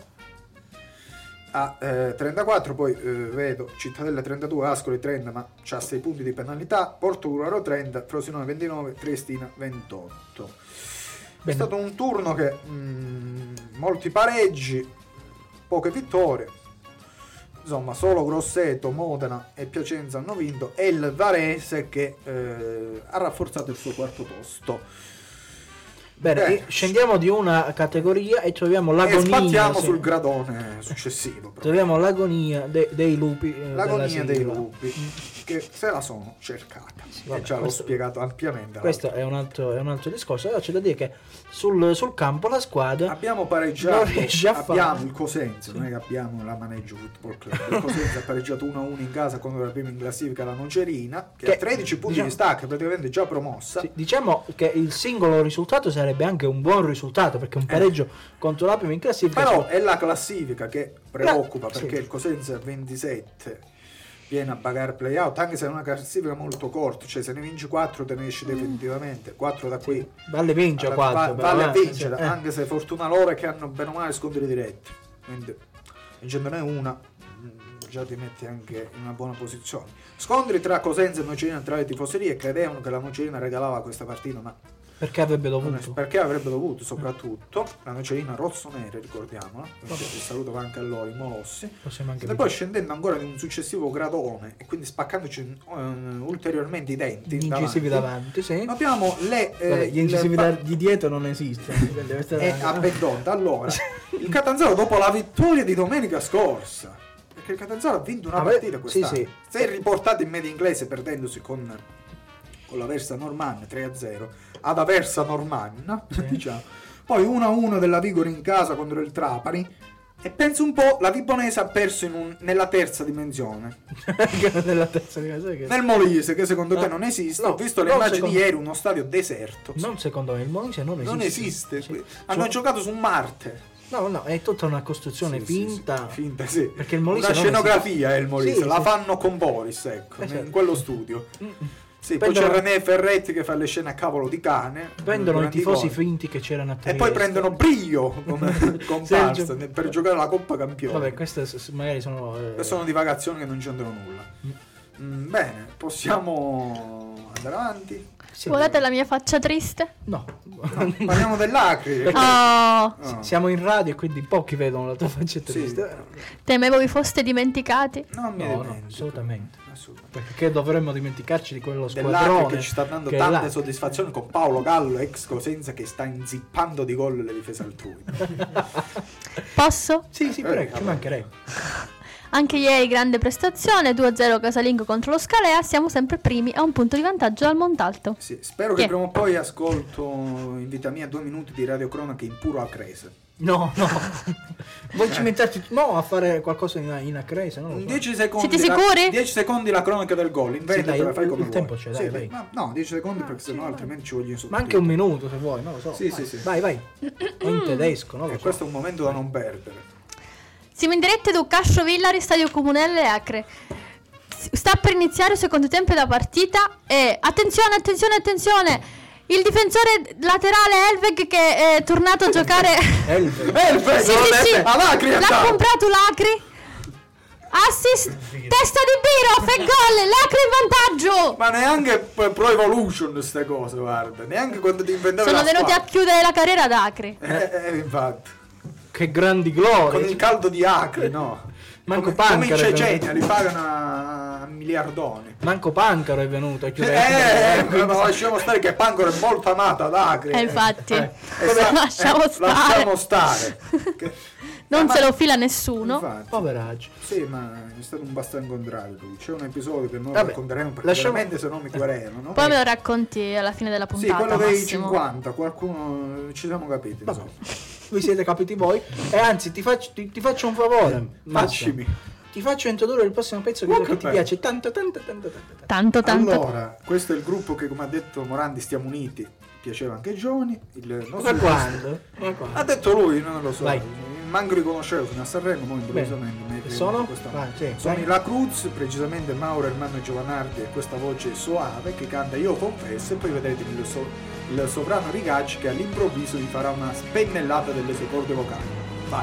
a eh, trentaquattro, poi eh, vedo Cittadella trentadue, Ascoli trenta, ma c'ha sei punti di penalità, Portogruaro trenta, Frosinone ventinove, Triestina ventotto. È Bene. stato un turno che mh, molti pareggi, poche vittorie, insomma solo Grosseto, Modena e Piacenza hanno vinto, e il Varese che eh, ha rafforzato il suo quarto posto. Bene, Beh, e scendiamo di una categoria e troviamo e l'agonia. spazziamo sì. sul gradone successivo proprio. Troviamo l'agonia de- dei lupi. eh, L'agonia della dei sigla. lupi, che se la sono cercata, vabbè, e già l'ho questo- spiegato ampiamente. Questo è un altro, è un altro discorso. Allora c'è da dire che sul, sul campo la squadra Abbiamo pareggiato, non riesce a abbiamo fare. il Cosenza, non è che abbiamo la Maneggio Football Club. Il Cosenza ha pareggiato uno a uno in casa contro la prima in classifica, la Nocerina, che, Che, ha tredici punti diciamo- di stacca, praticamente già promossa. Sì, diciamo che il singolo risultato sarebbe anche un buon risultato, perché un pareggio contro la prima in classifica. Però cioè- è la classifica che preoccupa, Sì. perché il Cosenza a ventisette viene a pagare playout, anche se è una classifica molto corta, cioè se ne vinci quattro te ne esci definitivamente, quattro da qui. Valle vince alla- quattro, va- però, vale a eh, vincere, sì, eh. anche se fortuna loro è che hanno bene o male scontri diretti, quindi vincendone una mh, già ti metti anche in una buona posizione. Scontri tra Cosenza e Nocerina tra le tifoserie, credevano che la Nocerina regalava questa partita, ma Perché avrebbe non è- dovuto. perché avrebbe dovuto, soprattutto la Nocerina rossonera, ricordiamola, quindi il saluto va anche a loro, i Molossi. Possiamo anche E poi scendendo ancora di un successivo gradone e quindi spaccandoci eh, ulteriormente i denti gli incisivi davanti, sì. abbiamo le eh, Vabbè, gli il incisivi pa- da- di dietro non esistono. quindi questa è e una- a Bedonta. Allora, il Catanzaro dopo la vittoria di domenica scorsa, perché il Catanzaro ha vinto una Vabbè, partita sì, quest'anno, sì. si è riportato in media inglese perdendosi con, con la Versa Normanna tre a zero ad Aversa Normanna, diciamo. Poi uno a uno della Vigore in casa contro il Trapani, e penso un po' la Vibonese ha perso in un- nella terza dimensione, nella terza di casa che- nel Molise, che secondo te Ah, non esiste. no, Ho visto le non immagini secondo- ieri, uno stadio deserto. Non secondo me, il Molise non esiste. Non esiste. Sì. Hanno Cioè- giocato su Marte. No, no, è tutta una costruzione Sì, sì, finta. sì, finta, sì. Perché il Molise una non scenografia esiste. è il Molise, Sì, la sì. fanno con Boris, ecco, Esatto. in quello studio. Sì, Prendono- poi c'è René Ferretti che fa le scene a cavolo di cane. Prendono i durante tifosi gol. finti che c'erano a E Trieste. poi prendono Brio come comparsa Sergio- per giocare la Coppa Campioni. Vabbè, queste s- s- magari sono. eh, Queste sono divagazioni che non c'entrano nulla. Mm, bene, possiamo andare avanti. sì. Volete la mia faccia triste? No. Parliamo dell'Acri. Oh, Ah. Siamo in radio e quindi pochi vedono la tua faccia Sì. triste. temevo vi foste dimenticati. Non mi No, no, dimentico. assolutamente. Assolutamente. Perché dovremmo dimenticarci di quello Dell'Acri squadrone che ci sta dando che è tante l'Acri. soddisfazioni, con Paolo Gallo, ex Cosenza, che sta inzippando di gol le difese altrui. Posso? Sì, sì, Eh, prego, ci vabbè. mancherebbe. Anche ieri grande prestazione, due a zero casalingo contro lo Scalea, siamo sempre primi a un punto di vantaggio dal Montalto. Sì, spero Chi che è? prima o poi ascolto in vita mia due minuti di radiocronache in puro acrese. No, no. Vuoi cimentarti no a fare qualcosa in, in Acrese? Non lo so. dieci secondi. Siete sicuri? dieci secondi la cronaca del gol. Inventa, Sì, dai, fai il- come il vuoi. tempo c'è, dai, Sì, vai. ma no, dieci secondi perché sennò altrimenti ci vogliono Ma anche un minuto se vuoi, non lo so. Sì, vai, sì, sì. Vai, vai. O in tedesco, non lo E so. questo è un momento da non perdere. Siamo in diretta da Cascio Villari, Stadio Comunelle Acre. Sta per iniziare il secondo tempo della partita e attenzione, attenzione, attenzione. Il difensore laterale Elveg che è tornato a giocare. Elveg. Elveg, Sì, non sì, Elveg, sì. a Lacri è L'ha andato. comprato Lacri. Assist, testa di Biro, fe gol, Lacri in vantaggio. Ma neanche p- Pro Evolution queste cose, guarda. Neanche quando ti invendavi Sono la venuti a squadra. chiudere la carriera ad Acri. Eh, eh, infatti. Che grandi Con glorie. il caldo di Acre, no. Manco come, come in Pancaro è Cecenia, li pagano a, a miliardoni. Manco Pancaro è venuto a Eh, chiudere. eh, ma lasciamo stare che Pancaro è molto amata ad Acre. Eh, infatti. Eh, Come lasciamo eh, stare. Lasciamo stare. Che- Non ma- se lo fila nessuno. Infatti. Poveraccio. Sì, ma è stato un baston contrario lui. C'è un episodio che non Vabbè, racconteremo perché lasciamo- veramente se no mi querelano. Poi me lo racconti alla fine della Sì, puntata. quello dei Massimo. cinquanta, qualcuno ci siamo capiti. Vabbè. insomma. Vi siete capiti voi. E anzi, ti faccio, ti, ti faccio un favore. Massimo. Faccimi. Ti faccio introdurre il prossimo pezzo che, Oh, so che che ti bello. piace tanto, tanto, tanto, tanto. tanto. Tanto, tanto. Allora, questo è il gruppo che, come ha detto Morandi, stiamo uniti. Piaceva anche ai giovani. Il nostro Ma quando? Ma quando? Ha detto lui, non lo so. Vai. Manco li conoscevo fino a Sanremo, poi improvvisamente mi è Che venuto sono? questa- Vai, sì, sono vai. i La Cruz, precisamente Mauro Ermanno Giovanardi e questa voce soave che canta Io confesso, e poi vedrete il, so- il soprano Rigacci che all'improvviso vi farà una spennellata delle sue corde vocali. Vai.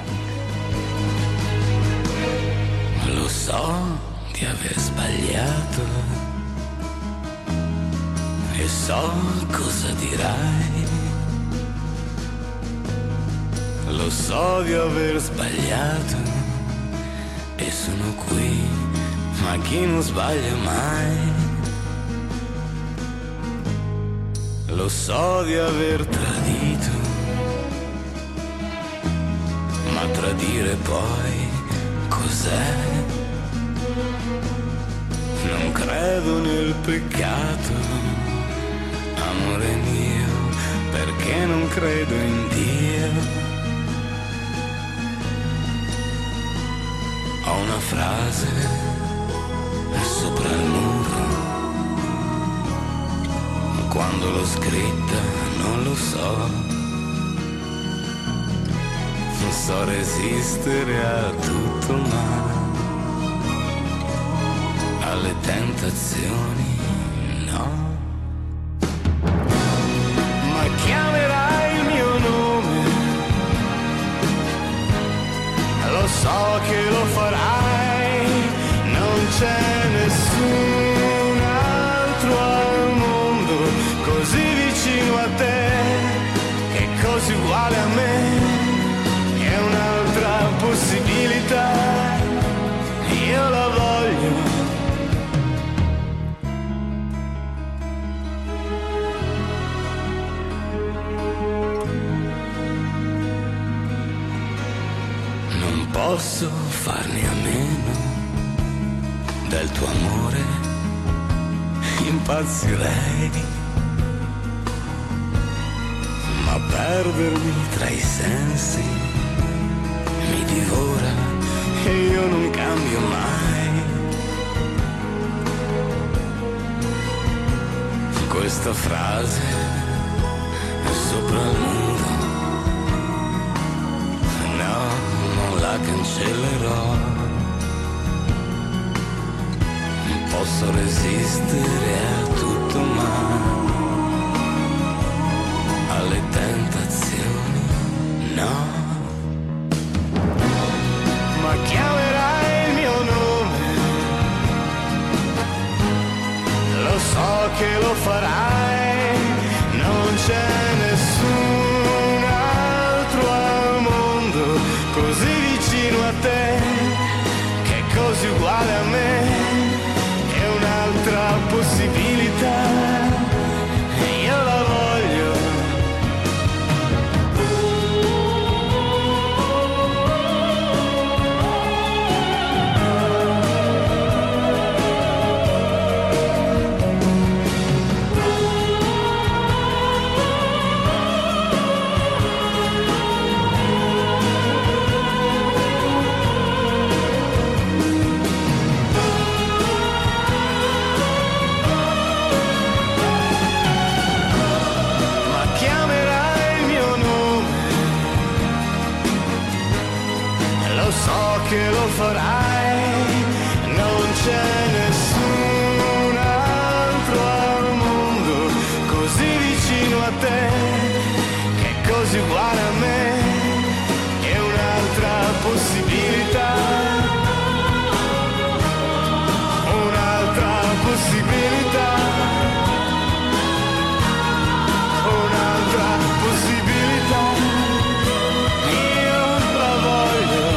Lo so di aver sbagliato e so cosa dirai. Lo so di aver sbagliato e sono qui, ma chi non sbaglia mai. Lo so di aver tradito, ma tradire poi cos'è? Non credo nel peccato, amore mio, perché non credo in Dio. Ho una frase sopra il muro, quando l'ho scritta non lo so. Non so resistere a tutto, ma alle tentazioni no. Ma chiamerai il mio nome, lo so che lo farai, non c'è nessun altro al mondo così vicino a te, che è così uguale a me, è un'altra possibilità, io la voglio. Non posso farne a meno del tuo amore, impazzirei, ma perdermi tra i sensi mi divora e io non cambio mai. Questa frase è sopra il muro, no, non la cancellerò. Posso resistere a tutto, ma alle tentazioni no. Ma chiamerai il mio nome, lo so che lo farai, non c'è nessun altro al mondo così vicino a te, che è così uguale a me, è un'altra possibilità, io la voglio. farai, non c'è nessun altro al mondo così vicino a te, che è così uguale a me, è un'altra possibilità, un'altra possibilità, un'altra possibilità, io la voglio.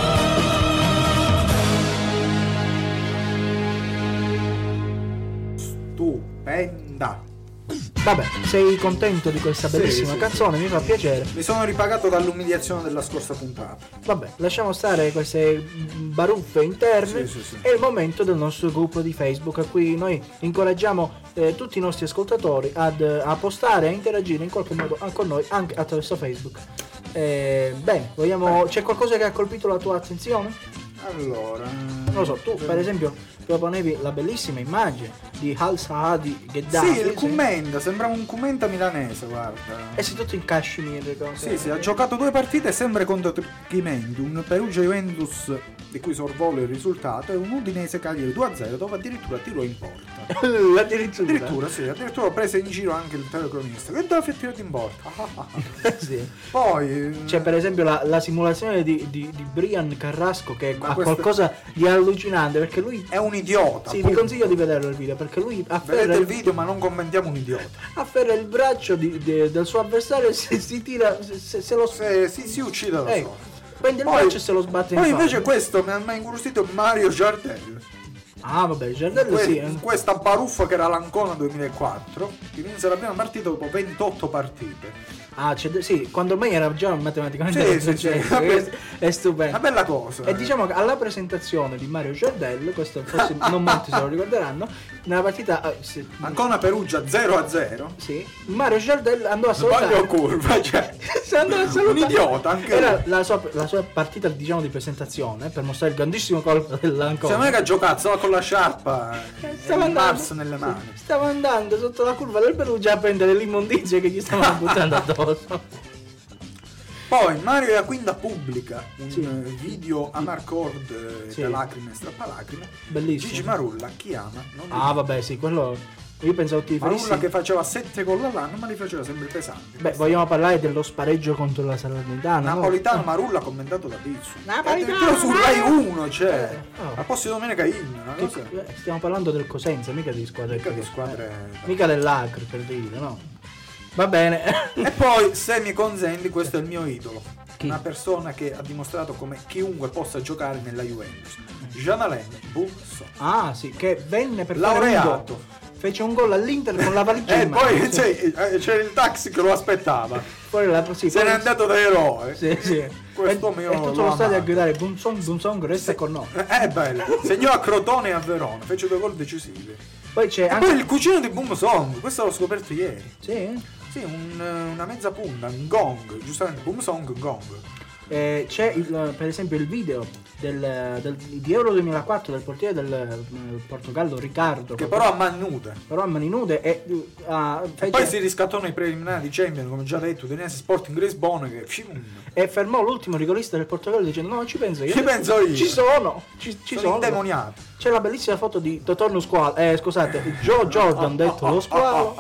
Stupenda. Vabbè, sei contento di questa bellissima Sì, sì, canzone, mi fa piacere. Mi sono ripagato dall'umiliazione della scorsa puntata. Vabbè, lasciamo stare queste baruffe interne. Sì, sì, sì. È il momento del nostro gruppo di Facebook, a cui noi incoraggiamo eh, tutti i nostri ascoltatori ad, a postare, a interagire in qualche modo con noi anche attraverso Facebook. Eh, bene, vogliamo. C'è qualcosa che ha colpito la tua attenzione? Allora, Non lo so, tu per esempio proponevi la bellissima immagine di Al-Saadi Gheddafi. sì, il commenta, sembrava un commenta milanese, guarda. E sei tutto in cashmere. Sì, sì, ha giocato due partite sempre contro Trichimenti, un Perugia Juventus di cui sorvolo il risultato e un Udinese Cagliari due a zero dove addirittura tirò in porta. Addirittura. Addirittura sì, addirittura ho preso in giro anche il telecronista. Gheddafi ha tirato in porta. Sì. Poi C'è per esempio la, la simulazione di, di, di Brian Carrasco che Ma ha questo- qualcosa di allucinante perché lui. è un idiota. Sì, vi Punto. consiglio di vederlo il video perché lui afferra Vedete il, il video ma non commentiamo un idiota. afferra il braccio di- di- del suo avversario e si, si tira, se, se lo Se si, si uccide da ecco, solo. prende il Poi- braccio e se lo sbatte in Poi faccia. invece questo mi ha mi ha incuriosito Mario Giardello. Ah vabbè, Giardello Que- sì. eh. in questa baruffa che era l'Ancona duemilaquattro, che vinse la prima partita dopo ventotto partite. Ah, c'è, sì, quando ormai era già matematicamente Sì, non sì, successo, sì, vabbè. è stupendo. Una bella cosa. E diciamo che alla presentazione di Mario Giardello, questo forse non molti se lo ricorderanno, nella partita eh, sì, Ancona Perugia zero a zero. sì, Mario Giardello andò a salutare. Sbaglio curva, cioè Si andò a salutare. un idiota anche Era lui. la sua, la sua partita diciamo di presentazione per mostrare il grandissimo colpo dell'Ancona. Cioè non è che ha giocato, stava con la sciarpa e Stava il andando, Mars nelle mani. stava andando sotto la curva del Perugia a prendere l'immondizia che gli stavano buttando addosso. Poi Mario e la quinta pubblica un Sì. eh, video a Marcord eh, Sì. da lacrime e strappalacrime. Bellissimo. Gigi Marulla, chi ama? Non Ah vabbè sì, quello io pensavo ti Marulla riferissi. che faceva sette gol all'anno ma li faceva sempre pesanti. Beh, vogliamo parlare dello spareggio contro la Salernitana, no? Napolitano Marulla commentato da Pizzu. Napolitano, Addirittura su Rai Marulla! uno c'è. Eh, oh. A posto di domenica in, una Che- cosa. eh, stiamo parlando del Cosenza, mica di squadre. Mica di che- squadre- eh, mica dell'Acre per dire, no? Va bene. E poi, se mi consenti, questo è il mio idolo. Chi? Una persona che ha dimostrato come chiunque possa giocare nella Juventus. Jean-Alain Bourson. Ah, sì, che venne per fare un Laureato. gol. Fece un gol all'Inter con la valigia E in mano. poi Sì. c'è- eh, c'era il taxi che lo aspettava. Poi la, sì, Se poi- n'è andato da eroe. Sì, sì. Questo e, mio e tutto l'ho lo stadio a amato. gridare Bunzong, Bunzong, resta con noi. Eh, È bello. Segnò a Crotone e a Verona. Fece due gol decisivi. Poi c'è E anche. poi il cugino di Boom Song. Questo l'ho scoperto ieri. Sì? Sì, un- una mezza punta, un gong. Giustamente, Boom Song, gong. Eh, c'è il- per esempio il video del, del- di Euro duemilaquattro del portiere del eh, Portogallo Riccardo Che però a man nude. però a mani nude e ah, fece- Poi si riscattò nei preliminari di Champions, come già detto, Udinese Sporting Lisbona che fium, e fermò l'ultimo rigorista del Portogallo dicendo no, ci penso io Ci penso io. ci sono ci, ci sono sono indemoniato. c'è la bellissima foto di Totorno Squalo eh scusate Joe Jordan detto lo squalo.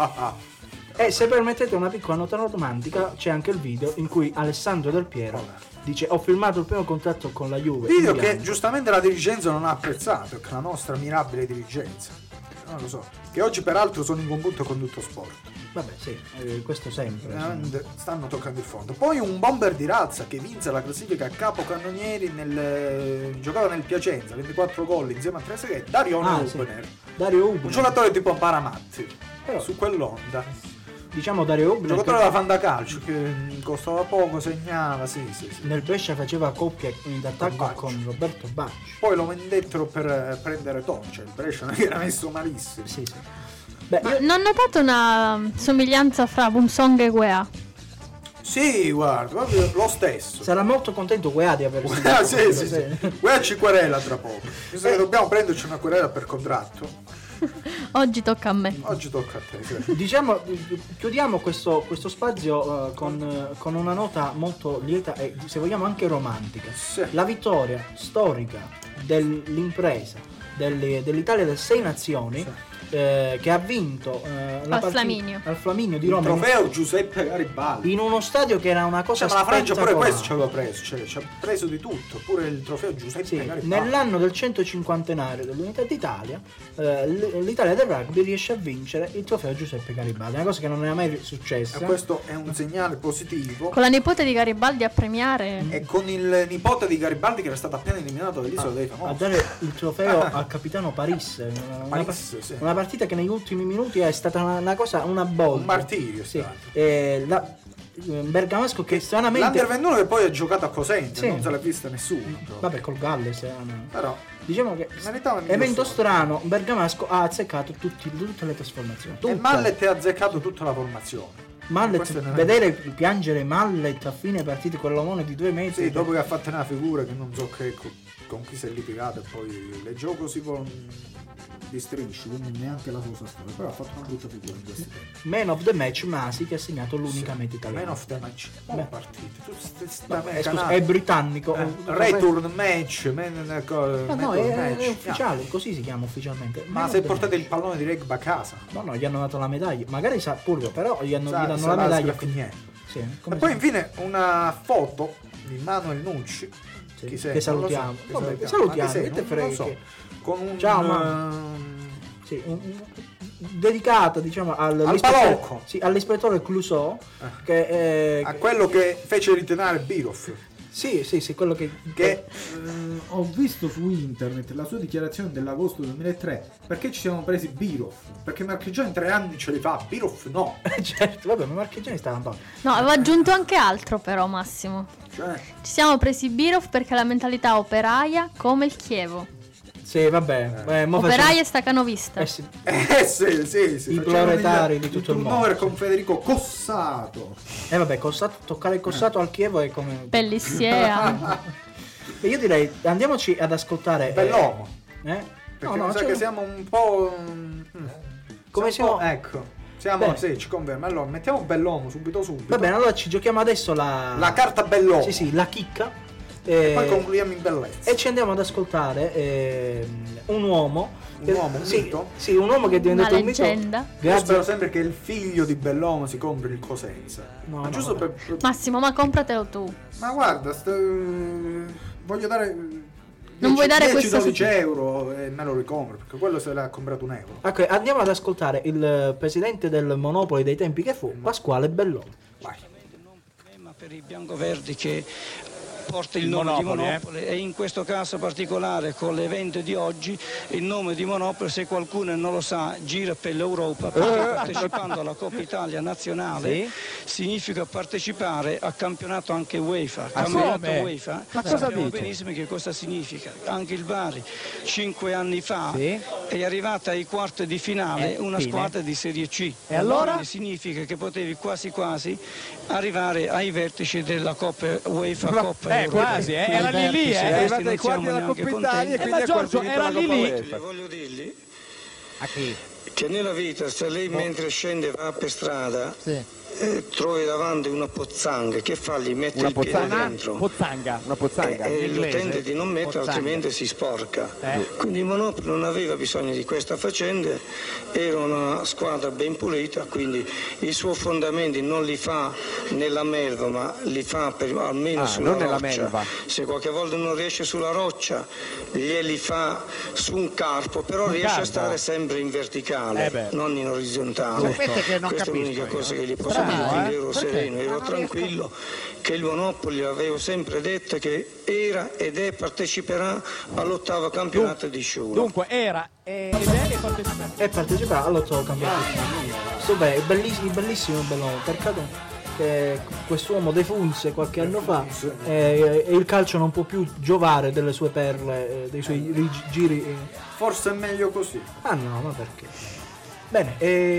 E se permettete una piccola nota romantica, c'è anche il video in cui Alessandro Del Piero dice ho firmato il primo contratto con la Juve. Video in che bianco. giustamente la dirigenza non ha apprezzato, che la nostra mirabile dirigenza. Non lo so. Che oggi peraltro sono in combutta con tutto sport. Vabbè sì, eh, questo sempre. Veramente stanno toccando il fondo. Poi un bomber di razza che vinse la classifica a capocannonieri nel giocava nel Piacenza, ventiquattro gol insieme a Trezeguet, Dario Ah, sì. Ubener. Dario Un Ubener. giocatore tipo Paramazzi. Però- Su quell'onda. Diciamo Dario Un Ubener giocatore che da fantacalcio che mm, costava poco, segnava, sì, sì, sì. nel Brescia faceva coppia in attacco Bacci. con Roberto Bacci. Poi lo vendettero per eh, prendere Torcia, il Brescia non era messo malissimo. Sì, sì. Beh, Ma io- non notate una somiglianza fra Bumsong e Guea? Sì, guarda, proprio lo stesso. sarà molto contento Guea di aver Ah, sì, sì, sì. Guarda ci querela tra poco. Visto che dobbiamo prenderci una querela per contratto. Oggi tocca a me. Oggi tocca a te. Sì. Diciamo, chiudiamo questo, questo spazio uh, con, uh, con una nota molto lieta e, se vogliamo, anche romantica. Sì. La vittoria storica dell'impresa delle- dell'Italia delle Sei Nazioni, Sì. eh, che ha vinto eh, la Al partita- Flaminio. al Flaminio di Il Roma, trofeo Giuseppe Garibaldi. in uno stadio che era una cosa Cioè, ma la Francia pure spettacolare. questo ci aveva preso, cioè, ci ha preso di tutto, pure il trofeo Giuseppe Sì, Garibaldi. nell'anno del centocinquantenario dell'Unità d'Italia, eh, l- l'Italia del rugby riesce a vincere il trofeo Giuseppe Garibaldi, una cosa che non era mai successa. E questo è un segnale positivo. Con la nipote di Garibaldi a premiare. E con il nipote di Garibaldi che era stato appena eliminato dall'Isola dei A Famosi. dare il trofeo al capitano Paris, una, una Paris, par- sì. una partita che negli ultimi minuti è stata una, una cosa, una bolla. Un martirio è Sì. stato. Eh, la- Bergamasco che stranamente L'Under ventuno che poi ha giocato a Cosenza, Sì. non se l'ha vista nessuno. vabbè col Galles è una- Però diciamo che meritava il miglior evento solo. strano, Bergamasco ha azzeccato tutti- tutte le trasformazioni. E tutte. Mallet ha azzeccato tutta la formazione. Mallet, Questo non è- vedere piangere Mallet a fine partita con l'omone di due metri. Sì, dopo che ha fatto una figura che non so che con, con chi si è litigato e poi le gioco così con di strisci, quindi neanche la sua storia, però ha fatto una brutta figura in questi tempi. Man of the match Masi che ha segnato l'unica meta italiana. Man of the match, buone partite, tutte ste- ste- Eh, scusa, canali. è britannico. Eh, Un- return match, man, co- No, no, method è, match. è ufficiale, così si chiama ufficialmente. Ma Man se of the portate match. il pallone di rugby a casa, No, no, gli hanno dato la medaglia. Magari sa pure, però gli, hanno, sa- gli danno sarà la medaglia. Sgraffinieri. Sì, E come poi si- infine una foto di Manuel Nucci, sì, chi sei? che Non lo so, salutiamo. che Vabbè, salutiamo. salutiamo, Ma chi sei? che te Non- non lo frega. so. Con un Ciao, ehm, mamma. Sì, un- un- dedicata diciamo al, Al all'ispettore- balocco. sì, all'ispettore Clouseau che, eh, a quello che fece ritornare Biroff, sì, sì, sì, quello che, che Eh, ho visto su internet la sua dichiarazione dell'agosto duemilatré. perché ci siamo presi Biroff? Perché Marchigiani tre anni ce li fa, Biroff no. certo, vabbè, ma Marchigiani stava un po'. No, aveva aggiunto anche altro però, Massimo. Cioè, Ci siamo presi Birov perché ha la mentalità operaia come il Chievo. Sì, vabbè, eh, mo Operaia facciamo- e staccanovista. eh, sì. eh sì, sì, sì, I facevano proletari il- di tutto il il mondo, turnover sì. con Federico Cossato. Eh, vabbè, Cossato, toccare il Cossato al Chievo è come Pellissier. E io direi andiamoci ad ascoltare eh, Bell'uomo. eh? Perché No, no, mi sa c'è che un- siamo un po'. mm, Come siamo un siamo- po'- ecco. Siamo, Bene. sì, ci conferma. Allora, mettiamo Bell'uomo subito subito. Va bene, allora ci giochiamo adesso la La carta Bell'uomo. Sì, sì, la chicca. E eh, poi concludiamo in bellezza. e ci andiamo ad ascoltare ehm, un uomo. Un che- uomo, un sì, mito? sì, un uomo che è diventato Una un mito. leggenda. Io spero Grazie. sempre che il figlio di Bell'uomo si compri il Cosenza. No, ma no, giusto vabbè. per, per- Massimo, ma compratelo tu. Ma guarda, sto- voglio dare. Non vuoi dare dieci questo dodici euro e me lo ricompro, perché quello se l'ha comprato un euro. Ok, andiamo ad ascoltare il presidente del Monopoli dei tempi che fu, Pasquale Belloni. Vai. Ma per i biancoverdi che porta il nome di Monopoli e in questo caso particolare con l'evento di oggi il nome di Monopoli, se qualcuno non lo sa, gira per l'Europa perché partecipando alla Coppa Italia nazionale significa partecipare al campionato anche UEFA. Campionato come? UEFA Ma cosa sappiamo dite? benissimo che cosa significa. Anche il Bari cinque anni fa Sì. è arrivata ai quarti di finale Eh, una fine. squadra di Serie C. E allora? Quindi significa che potevi quasi quasi arrivare ai vertici della Coppa UEFA Ma- Coppa eh, Europea. quasi, eh, Quindi era lì lì, eh, questi è non arrivata ai siamo quarti della neanche Coppa contenti. Italia, Eh, quindi ma ha Giorgio, colpito era la lì Coppa lì. UEFA. Voglio dirgli A chi? che nella vita se lei mentre scende va per strada Sì. eh, trovi davanti una pozzanga, che fa? Gli mette Una il piede pozzanga? dentro. Pozzanga. Una pozzanga. E, e in lo inglese? tende di non mettere, Pozzanga. altrimenti si sporca. Eh. Quindi Monopoli non aveva bisogno di questa faccenda, era una squadra ben pulita, quindi i suoi fondamenti non li fa nella melva, ma li fa per, almeno Ah, sulla non nella roccia. melva. Se qualche volta non riesce sulla roccia, glieli fa su un carpo, però Un riesce carpo? a stare sempre in verticale, Eh beh. non in orizzontale. Sapete che non Questa è capisco l'unica io. cosa che gli posso Strano, dire, quindi eh? ero Perché? sereno, Ma ero non riesco- tranquillo, che il Monopoli avevo sempre detto che era ed è parteciperà all'ottavo campionato di Sciura. Dunque era eh, ed è e partecipa. E parteciperà all'ottavo campionato. Sto bene, bellissimo, bellissimo Belloni. Peccato che quest'uomo defunse qualche anno fa eh, e il calcio non può più giovare delle sue perle, eh, dei suoi rig- giri. eh. Forse è meglio così. Ah no, ma perché? Bene,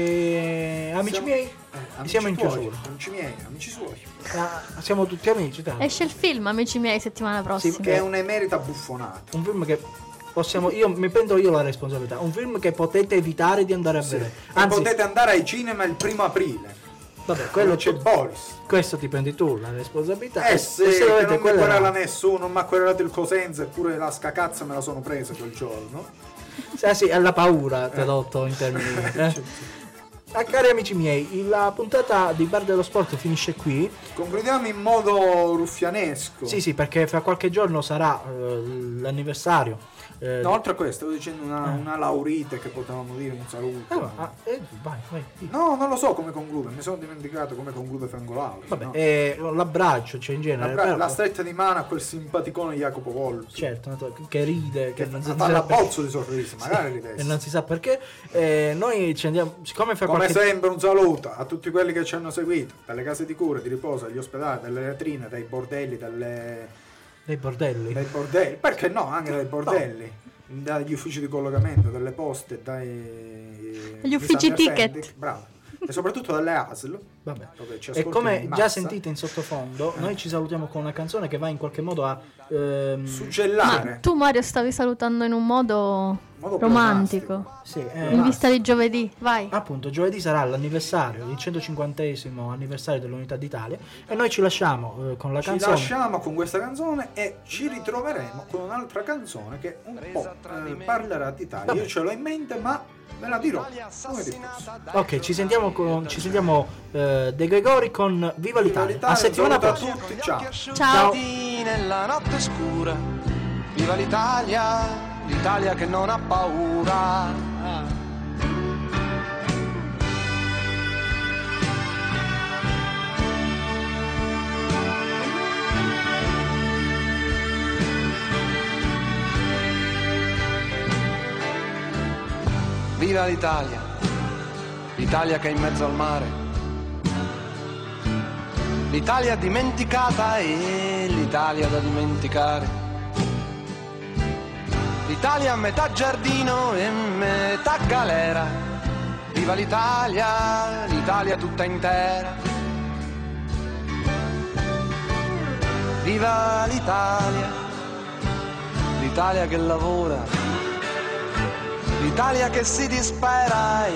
eh, amici Siamo- miei, Eh, amici siamo in tuoi, chiusura. Amici miei, amici suoi. Ah, siamo tutti amici, tanto. Esce il film, amici miei, settimana Sì, prossima. Che è un'emerita buffonata. Un film che possiamo, io mi prendo io la responsabilità. Un film che potete evitare di andare a Sì. vedere. E Anzi, potete andare ai cinema il primo aprile. vabbè, quello c'è tu- Boris. Questo ti prendi tu la responsabilità. Eh E- sì, e se che dovete non mi quella- querela nessuno, non mi ha querelato il Cosenza, eppure la scacazza me la sono presa quel giorno. Ah, sì, è la paura tradotto in termini. Eh. Ah, cari amici miei, la puntata di Bar dello Sport finisce qui. Concludiamo in modo ruffianesco. Sì, sì, perché fra qualche giorno sarà eh, l'anniversario. eh, No, oltre a questo, stavo dicendo una, una laurite che potevamo dire, un saluto. Ah, ah, eh, vai, vai. No, non lo so come conclude, mi sono dimenticato come conclude Franco Lauro. Vabbè, no? eh, l'abbraccio, cioè in genere. la, bra- però- la stretta di mano a quel simpaticone Jacopo Volpi. Certo, nato- che ride, che, Che non si fa sa la perché. bozzo di sorrisi, magari Sì, ridesse. e non si sa perché. Eh, noi ci andiamo, siccome fra Come qualche sempre un saluto a tutti quelli che ci hanno seguito, dalle case di cura, di riposo, agli ospedali, dalle latrine, dai bordelli, dalle... dei bordelli. dai bordelli, perché no, anche dai bordelli, dagli uffici di collocamento, dalle poste, dai... Gli uffici misunderstanding, ticket. bravo, e soprattutto dalle A S L. Vabbè. dove ci E ascoltano come in già massa. sentite in sottofondo, noi ci salutiamo con una canzone che va in qualche modo a ehm, suggellare. Ma tu Mario stavi salutando in un modo, Modo romantico. Sì, eh, In vista di giovedì, vai. appunto giovedì sarà l'anniversario, il centocinquantesimo anniversario dell'Unità d'Italia e noi ci lasciamo eh, con la Ci canzone. lasciamo con questa canzone e ci ritroveremo con un'altra canzone che un po' eh, parlerà d'Italia. Vabbè. Io ce l'ho in mente, ma ve la dirò lunedì prossimo. Ok, ci sentiamo con ci sentiamo eh, De Gregori con Viva l'Italia. l'Italia, A settimana un saluto a prossima. tutti, ciao. Ciao. Nella notte scura, viva l'Italia, l'Italia che non ha paura. Viva l'Italia, l'Italia che è in mezzo al mare, l'Italia dimenticata e l'Italia da dimenticare, l'Italia a metà giardino e metà galera, viva l'Italia, l'Italia tutta intera, viva l'Italia, l'Italia che lavora, l'Italia che si dispera